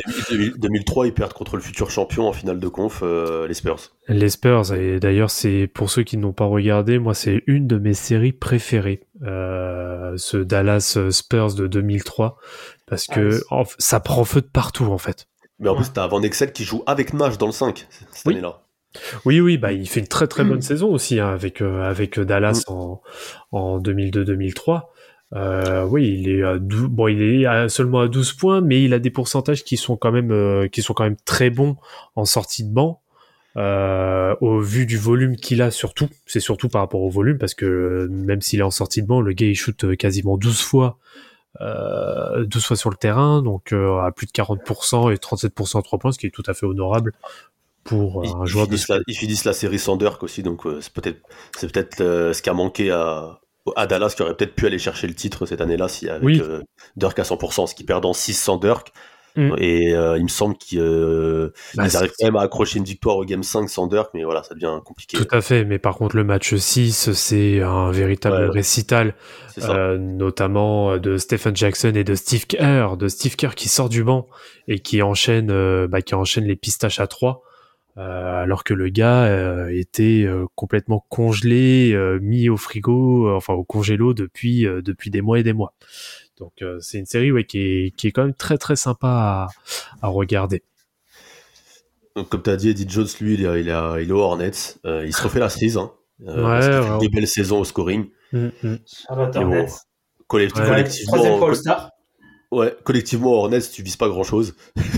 deux mille trois, ils perdent contre le futur champion en finale de conf, euh, les Spurs. Les Spurs, et d'ailleurs, c'est pour ceux qui n'ont pas regardé, moi, c'est une de mes séries préférées, euh, ce Dallas Spurs de deux mille trois, parce que Ah, oui. en f- ça prend feu de partout, en fait. Mais en Ouais. plus, t'as Van Exel qui joue avec Nash dans le cinq cette Oui. année-là. Oui, oui, bah, il fait une très très bonne Mm. saison aussi, hein, avec, euh, avec Dallas en, en deux mille deux deux mille trois. Euh, oui, il est à douze, bon, il est à- seulement à douze points, mais il a des pourcentages qui sont quand même, euh, qui sont quand même très bons en sortie de banc. Euh, au vu du volume qu'il a, surtout, c'est surtout par rapport au volume, parce que euh, même s'il est en sortie de banc, le gars il shoot euh, quasiment douze fois, euh, douze fois sur le terrain, donc euh, à plus de quarante pour cent et trente-sept pour cent à trois points, ce qui est tout à fait honorable pour euh, Ils, un ils joueur de finissent la, ils finissent la série sans Dirk aussi, donc euh, c'est peut-être, c'est peut-être euh, ce qui a manqué à, à Dallas, qui aurait peut-être pu aller chercher le titre cette année-là si avec Oui. euh, Dirk à cent pour cent, ce qui perd en six sans Dirk. Mm. Et euh, il me semble qu'ils euh, Bah, ils arrivent quand même à accrocher une victoire au Game cinq sans Dirk, mais voilà, ça devient compliqué. Tout à fait, mais par contre le match six, c'est un véritable Ouais. récital, C'est ça. euh, notamment de Stephen Jackson et de Steve Kerr, de Steve Kerr qui sort du banc et qui enchaîne, euh, bah, qui enchaîne les pistaches à trois, euh, alors que le gars euh, était euh, complètement congelé, euh, mis au frigo, euh, enfin au congélo depuis euh, depuis des mois et des mois. Donc euh, c'est une série ouais qui est qui est quand même très très sympa à, à regarder. Donc, comme tu as dit, Eddie Jones, lui, il est, il est, il est aux Hornets. Euh, il se refait la cerise. Hein, euh, Ouais, parce qu'il fait ouais. des belles saisons au scoring. Mm, mm. Charlotte Mais bon, Hornets. Collectif- Ouais. collectivement, Troisième fois All-Star. ouais, collectivement, Hornets, tu vises pas grand-chose.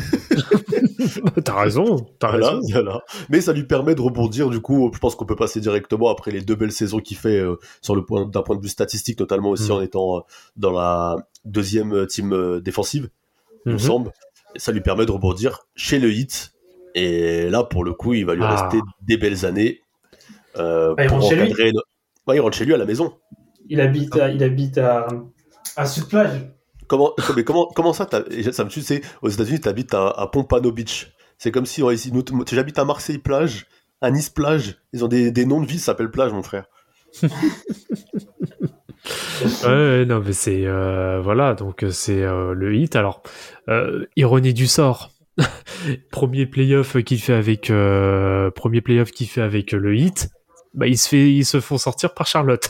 T'as raison, t'as Voilà, raison. voilà. Mais ça lui permet de rebondir. Du coup, je pense qu'on peut passer directement après les deux belles saisons qu'il fait euh, sur le point, d'un point de vue statistique, notamment aussi Mm. en étant euh, dans la deuxième team euh, défensive, il me Mhm. semble. Et ça lui permet de rebondir chez le Heat. Et là, pour le coup, il va lui Ah. rester des belles années euh, Bah, il pour rentre chez lui. encadrer. no- Ouais, il rentre chez lui à la maison. Il habite à, il habite à, à Sud-Plage. Comment, mais comment, comment ça, t'as- ça me tue, c'est aux États-Unis, t'habites à, à Pompano Beach. C'est comme si, ouais, ici, nous, t- j'habite à Marseille plage, à Nice plage. Ils ont des, des noms de villes qui s'appellent plage, mon frère. Ouais, ouais, non, mais c'est euh, voilà, donc euh, c'est euh, le hit. Alors, euh, ironie du sort, premier playoff qu'il fait avec euh, premier playoff qu'il fait avec euh, le hit, bah ils se fait ils se font sortir par Charlotte.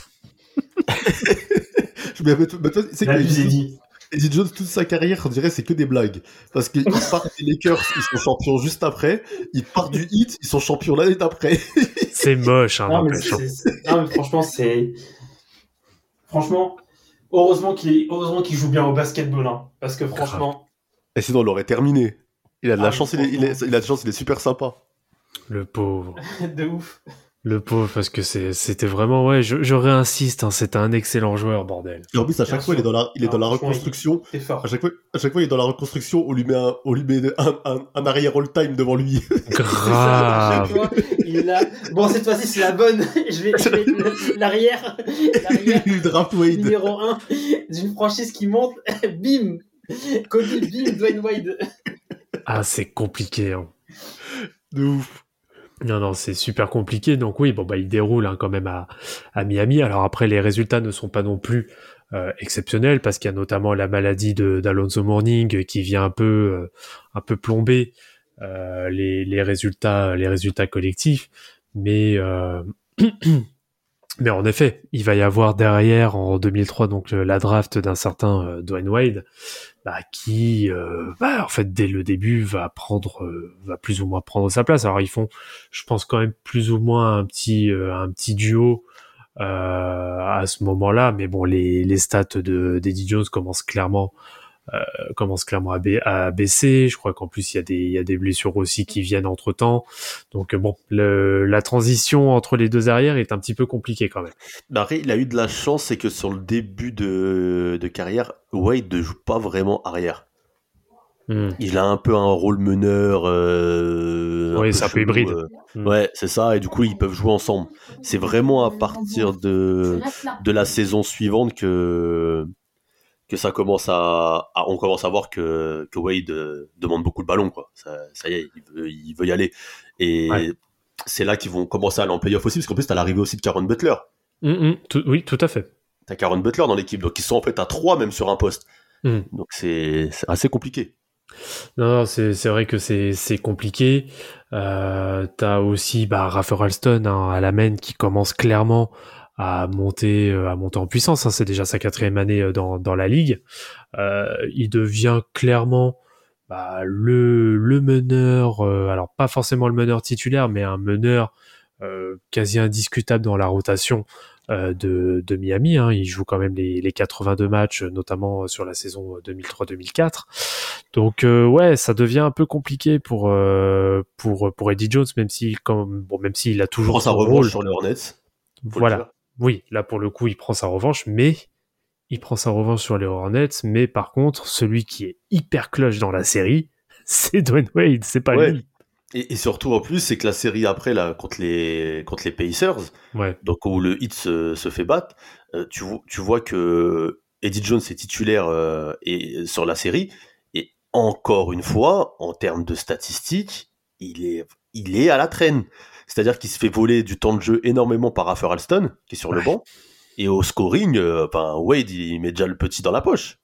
Mais, mais, mais toi, c'est Il a abusé, dit. Eddie Jones, toute sa carrière, on dirait c'est que des blagues. Parce qu'ils partent des Lakers, ils sont champions juste après. Ils partent du Heat, ils sont champions l'année d'après. C'est moche, hein, Non, mais n'empêche, hein. c'est- c'est- non, mais franchement, c'est. Franchement, heureusement qu'il est... heureusement qu'il joue bien au basketball. Hein, parce que franchement, Et sinon, on l'aurait terminé. Il a de la Ah, chance, il est, il, est, il a de chance, il est super sympa. Le pauvre. de ouf. Le pauvre, parce que c'est, c'était vraiment, ouais, je, je réinsiste, hein, c'était un excellent joueur, bordel. Et en plus, à Bien chaque fois, il est dans la, il est sûr. dans la Ah, franchement, reconstruction. C'est fort. À chaque fois, à chaque fois, il est dans la reconstruction, on lui met un, on lui met un, un, un arrière all-time devant lui. C'est ça, à chaque Grave. fois, il est là. Bon, cette fois-ci, c'est la bonne. Je vais, je vais être l'arrière. L'arrière Il draft Wade. numéro un d'une franchise qui monte. Bim. Kobe, bim, Dwayne Wade. Ah, c'est compliqué, hein. De ouf. Non, non, c'est super compliqué. Donc oui, bon, bah, il déroule hein, quand même à, à Miami. Alors après, les résultats ne sont pas non plus euh, exceptionnels parce qu'il y a notamment la maladie de, d'Alonzo Mourning qui vient un peu, euh, un peu plomber euh, les, les résultats, les résultats collectifs. Mais, euh, mais en effet, il va y avoir derrière en deux mille trois donc la draft d'un certain euh, Dwayne Wade. Bah, qui, euh, bah, en fait, dès le début, va prendre, euh, va plus ou moins prendre sa place. Alors, ils font, je pense, quand même plus ou moins un petit, euh, un petit duo euh, à ce moment-là. Mais bon, les, les stats de d'Eddie Jones commencent clairement, euh, commencent clairement à, ba- à baisser. Je crois qu'en plus, il y a des, il y a des blessures aussi qui viennent entre temps. Donc bon, le, la transition entre les deux arrières est un petit peu compliquée quand même. Bah, après, il a eu de la chance, c'est que sur le début de, de carrière, Wade ne joue pas vraiment arrière. Hmm. Il a un peu un rôle meneur. Euh, Oui, peu c'est un peu chelou, hybride. euh, Mm. Ouais, c'est ça. Et du coup, ils peuvent jouer ensemble. C'est vraiment à partir de, de la saison suivante que, que ça commence à, à- on commence à voir que, que Wade euh, demande beaucoup le ballon, quoi. Ça, ça y est, il veut, il veut y aller. Et Ouais. c'est là qu'ils vont commencer à aller en playoff aussi, parce qu'en plus, t'as l'arrivée aussi de Caron Butler. Hmm, hmm, tout- oui, tout à fait. T'as Caron Butler dans l'équipe, donc ils sont en fait à trois même sur un poste. Mm. Donc c'est c'est assez compliqué. Non, non, c'est c'est vrai que c'est c'est compliqué. Euh, t'as aussi bah Rafer Alston hein, à la main qui commence clairement à monter euh, à monter en puissance. Hein, c'est déjà sa quatrième année euh, dans dans la ligue. Euh, il devient clairement bah, le le meneur. Euh, alors pas forcément le meneur titulaire, mais un meneur euh, quasi indiscutable dans la rotation euh, de, de Miami. Hein. Il joue quand même les, les quatre-vingt-deux matchs, notamment sur la saison deux mille trois deux mille quatre. Donc euh, ouais, ça devient un peu compliqué pour euh, pour pour Eddie Jones, même si comme bon, même s'il a Il toujours prend sa son revanche rôle. sur les Hornets. Voilà. Oui, là pour le coup, il prend sa revanche, mais il prend sa revanche sur les Hornets. Mais par contre, celui qui est hyper clutch dans la série, c'est Dwayne Wade, c'est pas Ouais. lui. Et, et surtout en plus, c'est que la série après là contre les contre les Pacers, Ouais. donc où le Heat se, se fait battre, euh, tu vois tu vois que Eddie Jones est titulaire euh, et sur la série et encore une fois en termes de statistiques, il est il est à la traîne. C'est-à-dire qu'il se fait voler du temps de jeu énormément par Rafer Alston qui est sur le Ouais. banc et au scoring, euh, ben Wade il met déjà le petit dans la poche.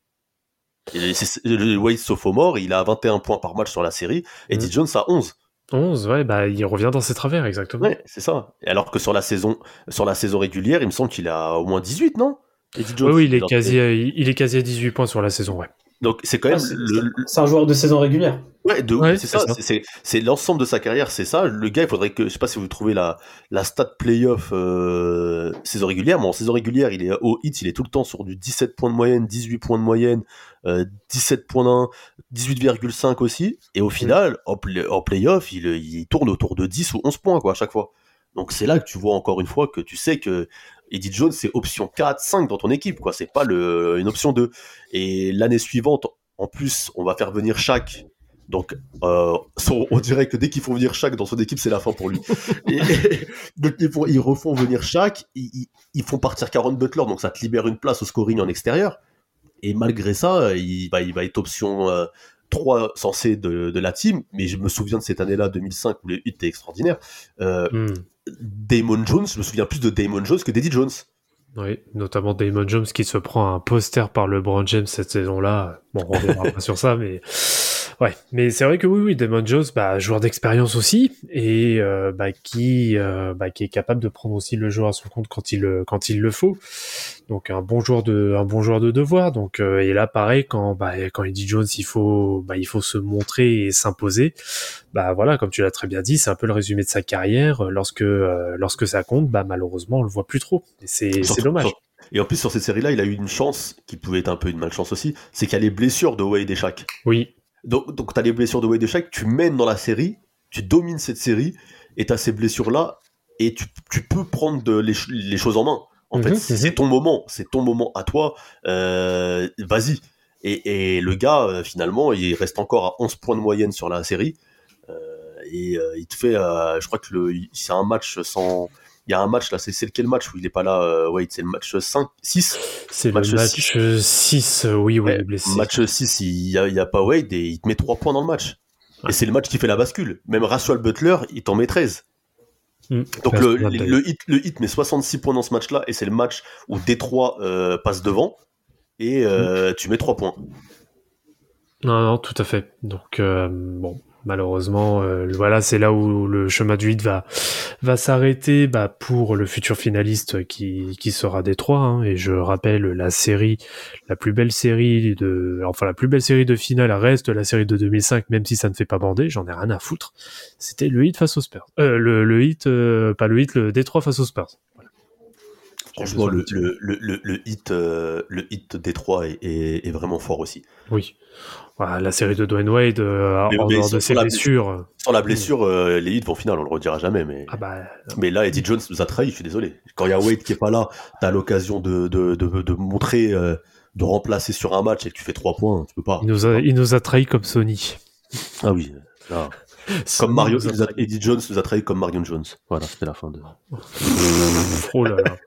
Et c'est, le Wade sophomore, il a vingt et un points par match sur la série, Eddie Mhm. Jones a onze. onze, ouais, bah il revient dans ses travers, exactement. Ouais, c'est ça. Et alors que sur la saison, sur la saison régulière, il me semble qu'il a au moins dix-huit, non? Eddie Jones. Oui, oui, il est genre- quasi, à- il est quasi à dix-huit points sur la saison, ouais. Donc c'est quand Ouais, même c'est, le, le- c'est un joueur de saison régulière. ouais, de, Ouais, c'est c'est ça, ça. c'est, c'est, c'est l'ensemble de sa carrière, c'est ça. Le gars, il faudrait que, je sais pas si vous trouvez la, la stat playoff euh, saison régulière, mais en saison régulière, il est au hit, il est tout le temps sur du dix-sept points de moyenne, dix-huit points de moyenne, euh, dix-sept virgule un, dix-huit virgule cinq aussi. Et au final, en, play, en playoff, il, il tourne autour de dix ou onze points quoi à chaque fois. Donc c'est là que tu vois encore une fois que tu sais que Eddie Jones c'est option quatre, cinq dans ton équipe quoi, c'est pas le, une option deux. Et l'année suivante, en plus, on va faire venir Shaq. Donc, euh, son- on dirait que dès qu'ils font venir Shaq dans son équipe, c'est la fin pour lui. Et, donc, ils, font, ils refont venir Shaq, ils, ils, ils font partir Caron Butler, donc ça te libère une place au scoring en extérieur. Et malgré ça, il va, il va être option euh, trois censé de, de la team. Mais je me souviens de cette année-là, deux mille cinq, où le hit était extraordinaire. Euh, Hmm. Damon Jones, je me souviens plus de Damon Jones que d'Eddie Jones. Oui, notamment Damon Jones qui se prend un poster par LeBron James cette saison-là. Bon, on reviendra pas sur ça, mais ouais. Mais c'est vrai que oui, oui, Damon Jones, bah, joueur d'expérience aussi, et euh, bah, qui, euh, bah, qui est capable de prendre aussi le jeu à son compte quand il, le- quand il le faut. Donc un bon joueur de, un bon joueur de devoir. Donc euh, et là, pareil, quand, bah, quand Eddie Jones, il faut, bah, il faut se montrer et s'imposer. Bah voilà, comme tu l'as très bien dit, c'est un peu le résumé de sa carrière. Lorsque, euh, lorsque ça compte, bah malheureusement, on le voit plus trop. Et c'est, c'est Surtout- dommage. sur- Et en plus, sur cette série-là, il a eu une chance, qui pouvait être un peu une malchance aussi, c'est qu'il y a les blessures de Wade et Shaq. Oui. Donc, donc tu as les blessures de Wade et Shaq, tu mènes dans la série, tu domines cette série, et tu as ces blessures-là, et tu, tu peux prendre de, les, ch- les choses en main. En Mhm, fait, mhm. c'est ton moment, c'est ton moment à toi, euh, vas-y. Et, et le gars, euh, finalement, il reste encore à onze points de moyenne sur la série, euh, et euh, il te fait, euh, je crois que le, il- c'est un match sans... Il y a un match là, c'est, c'est lequel match où il est pas là, euh, Wade, c'est le match cinq, six. C'est Match le match six, euh, oui, oui, Ouais, il est blessé. match six, il y a, il y a pas Wade et il te met trois points dans le match. Ouais. Et c'est le match qui fait la bascule. Même Russell Butler, il t'en met treize. Mm. Donc Parce le, qu'on a le, d'ailleurs- le hit, le hit met soixante-six points dans ce match-là et c'est le match où Détroit euh, passe devant et euh, tu mets trois points. Non, non, tout à fait. Donc, euh, bon, malheureusement, euh, voilà, c'est là où le chemin du hit va va s'arrêter bah, pour le futur finaliste qui qui sera Détroit. Hein, et je rappelle, la série, la plus belle série de, enfin la plus belle série de finale reste la série de deux mille cinq, même si ça ne fait pas bander. J'en ai rien à foutre. C'était le hit face aux Spurs. Euh, le le hit, euh, pas le hit, le Détroit face aux Spurs. Voilà. Franchement, J'ai le, besoin de dire. le, le, le, le hit, euh, le hit Détroit est, est, est vraiment fort aussi. Oui. Voilà, la série de Dwayne Wade, euh, Mais- en mais dehors sur- de sur ses la blessures. Sans la blessure, euh, les hits vont finale, on le redira jamais. Mais, Ah bah, mais là, Eddie Jones nous a trahi, je suis désolé. Quand il y a Wade qui est pas là, t'as l'occasion de, de, de, de montrer, euh, de remplacer sur un match et que tu fais trois points, tu peux pas. il nous a, il nous a trahi comme Sony. Ah oui, là. Sony Comme Mario, nous a il nous a- trahi. Eddie Jones nous a trahi comme Marion Jones. Voilà, c'était la fin de. Oh là là.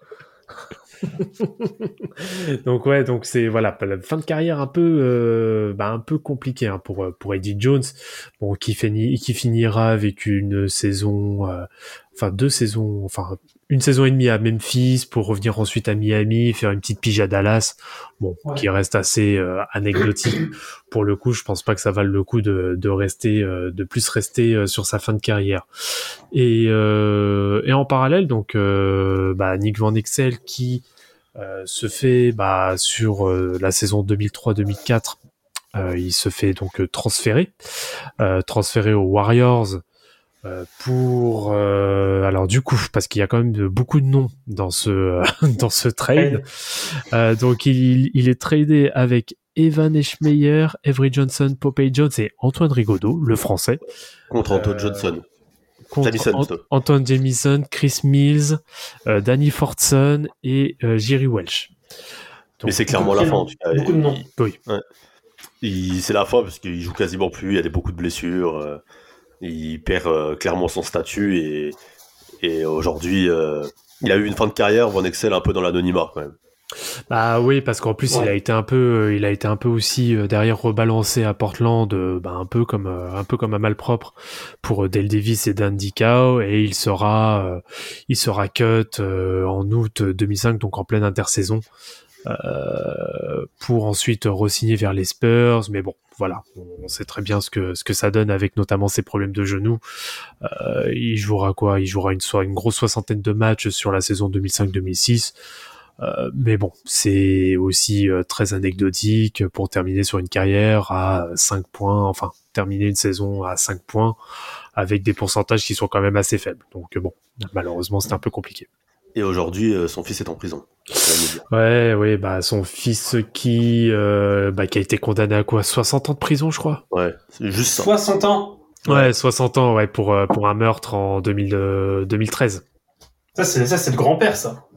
Donc ouais, donc c'est voilà la fin de carrière un peu, euh, bah, un peu compliquée hein, pour pour Eddie Jones, bon qui finit, qui finira avec une saison, euh, enfin deux saisons, enfin une saison et demie à Memphis pour revenir ensuite à Miami, faire une petite pige à Dallas, bon, ouais. qui reste assez euh, anecdotique. Pour le coup, je pense pas que ça vaille le coup de, de rester, euh, de plus rester euh, sur sa fin de carrière. Et, euh, et en parallèle, donc, euh, bah, Nick Van Exel qui euh, se fait, bah, sur euh, la saison deux mille trois deux mille quatre, euh, il se fait donc euh, transférer, euh, transférer aux Warriors. Euh, pour euh, alors du coup parce qu'il y a quand même de, beaucoup de noms dans ce euh, dans ce trade euh, donc il, il est tradé avec Evan Eschmeyer, Avery Johnson, Popeye Jones et Antoine Rigaudot, le français, contre Antoine euh, Johnson contre Jamison, An- Antoine Jamison, Chris Mills, euh, Danny Fortson et euh, Jerry Welch. Donc, mais c'est clairement la fin en tout cas. Beaucoup de noms. Il, oui. Ouais. Il, c'est la fin parce qu'il joue quasiment plus, il y a des, beaucoup de blessures. Euh... Il perd euh, clairement son statut et, et aujourd'hui, euh, il a eu une fin de carrière, Van Exel un peu dans l'anonymat quand même. Bah oui, parce qu'en plus ouais. il a été un peu, il a été un peu aussi euh, derrière rebalancé à Portland, euh, bah, un peu comme euh, un peu comme un malpropre pour euh, Dale Davis et Dan Dickau, et il sera, euh, il sera cut euh, en août deux mille cinq, donc en pleine intersaison. Euh, pour ensuite re-signer vers les Spurs, mais bon, voilà, on sait très bien ce que ce que ça donne avec notamment ses problèmes de genoux. Euh, il jouera quoi ? Il jouera une, so- une grosse soixantaine de matchs sur la saison deux mille cinq deux mille six. Euh, mais bon, c'est aussi euh, très anecdotique pour terminer sur une carrière à cinq points, enfin terminer une saison à cinq points avec des pourcentages qui sont quand même assez faibles. Donc bon, malheureusement, c'est un peu compliqué. Et aujourd'hui, euh, son fils est en prison. Ouais, ouais, bah son fils qui, euh, bah, qui a été condamné à quoi, soixante ans de prison, je crois. Ouais, c'est juste ça. soixante ans. Ouais, soixante ans, ouais, pour euh, pour un meurtre en deux mille, euh, deux mille treize. Ça c'est ça c'est le grand-père, ça.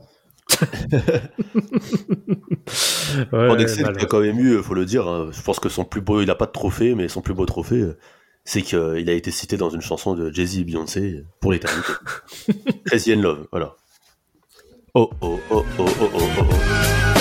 Ouais, Van Exel, il a quand même eu, faut le dire. Hein, je pense que son plus beau, il a pas de trophée, mais son plus beau trophée, c'est qu'il a été cité dans une chanson de Jay-Z et Beyoncé pour l'éternité. Crazy in Love, voilà. Oh oh oh oh oh oh oh.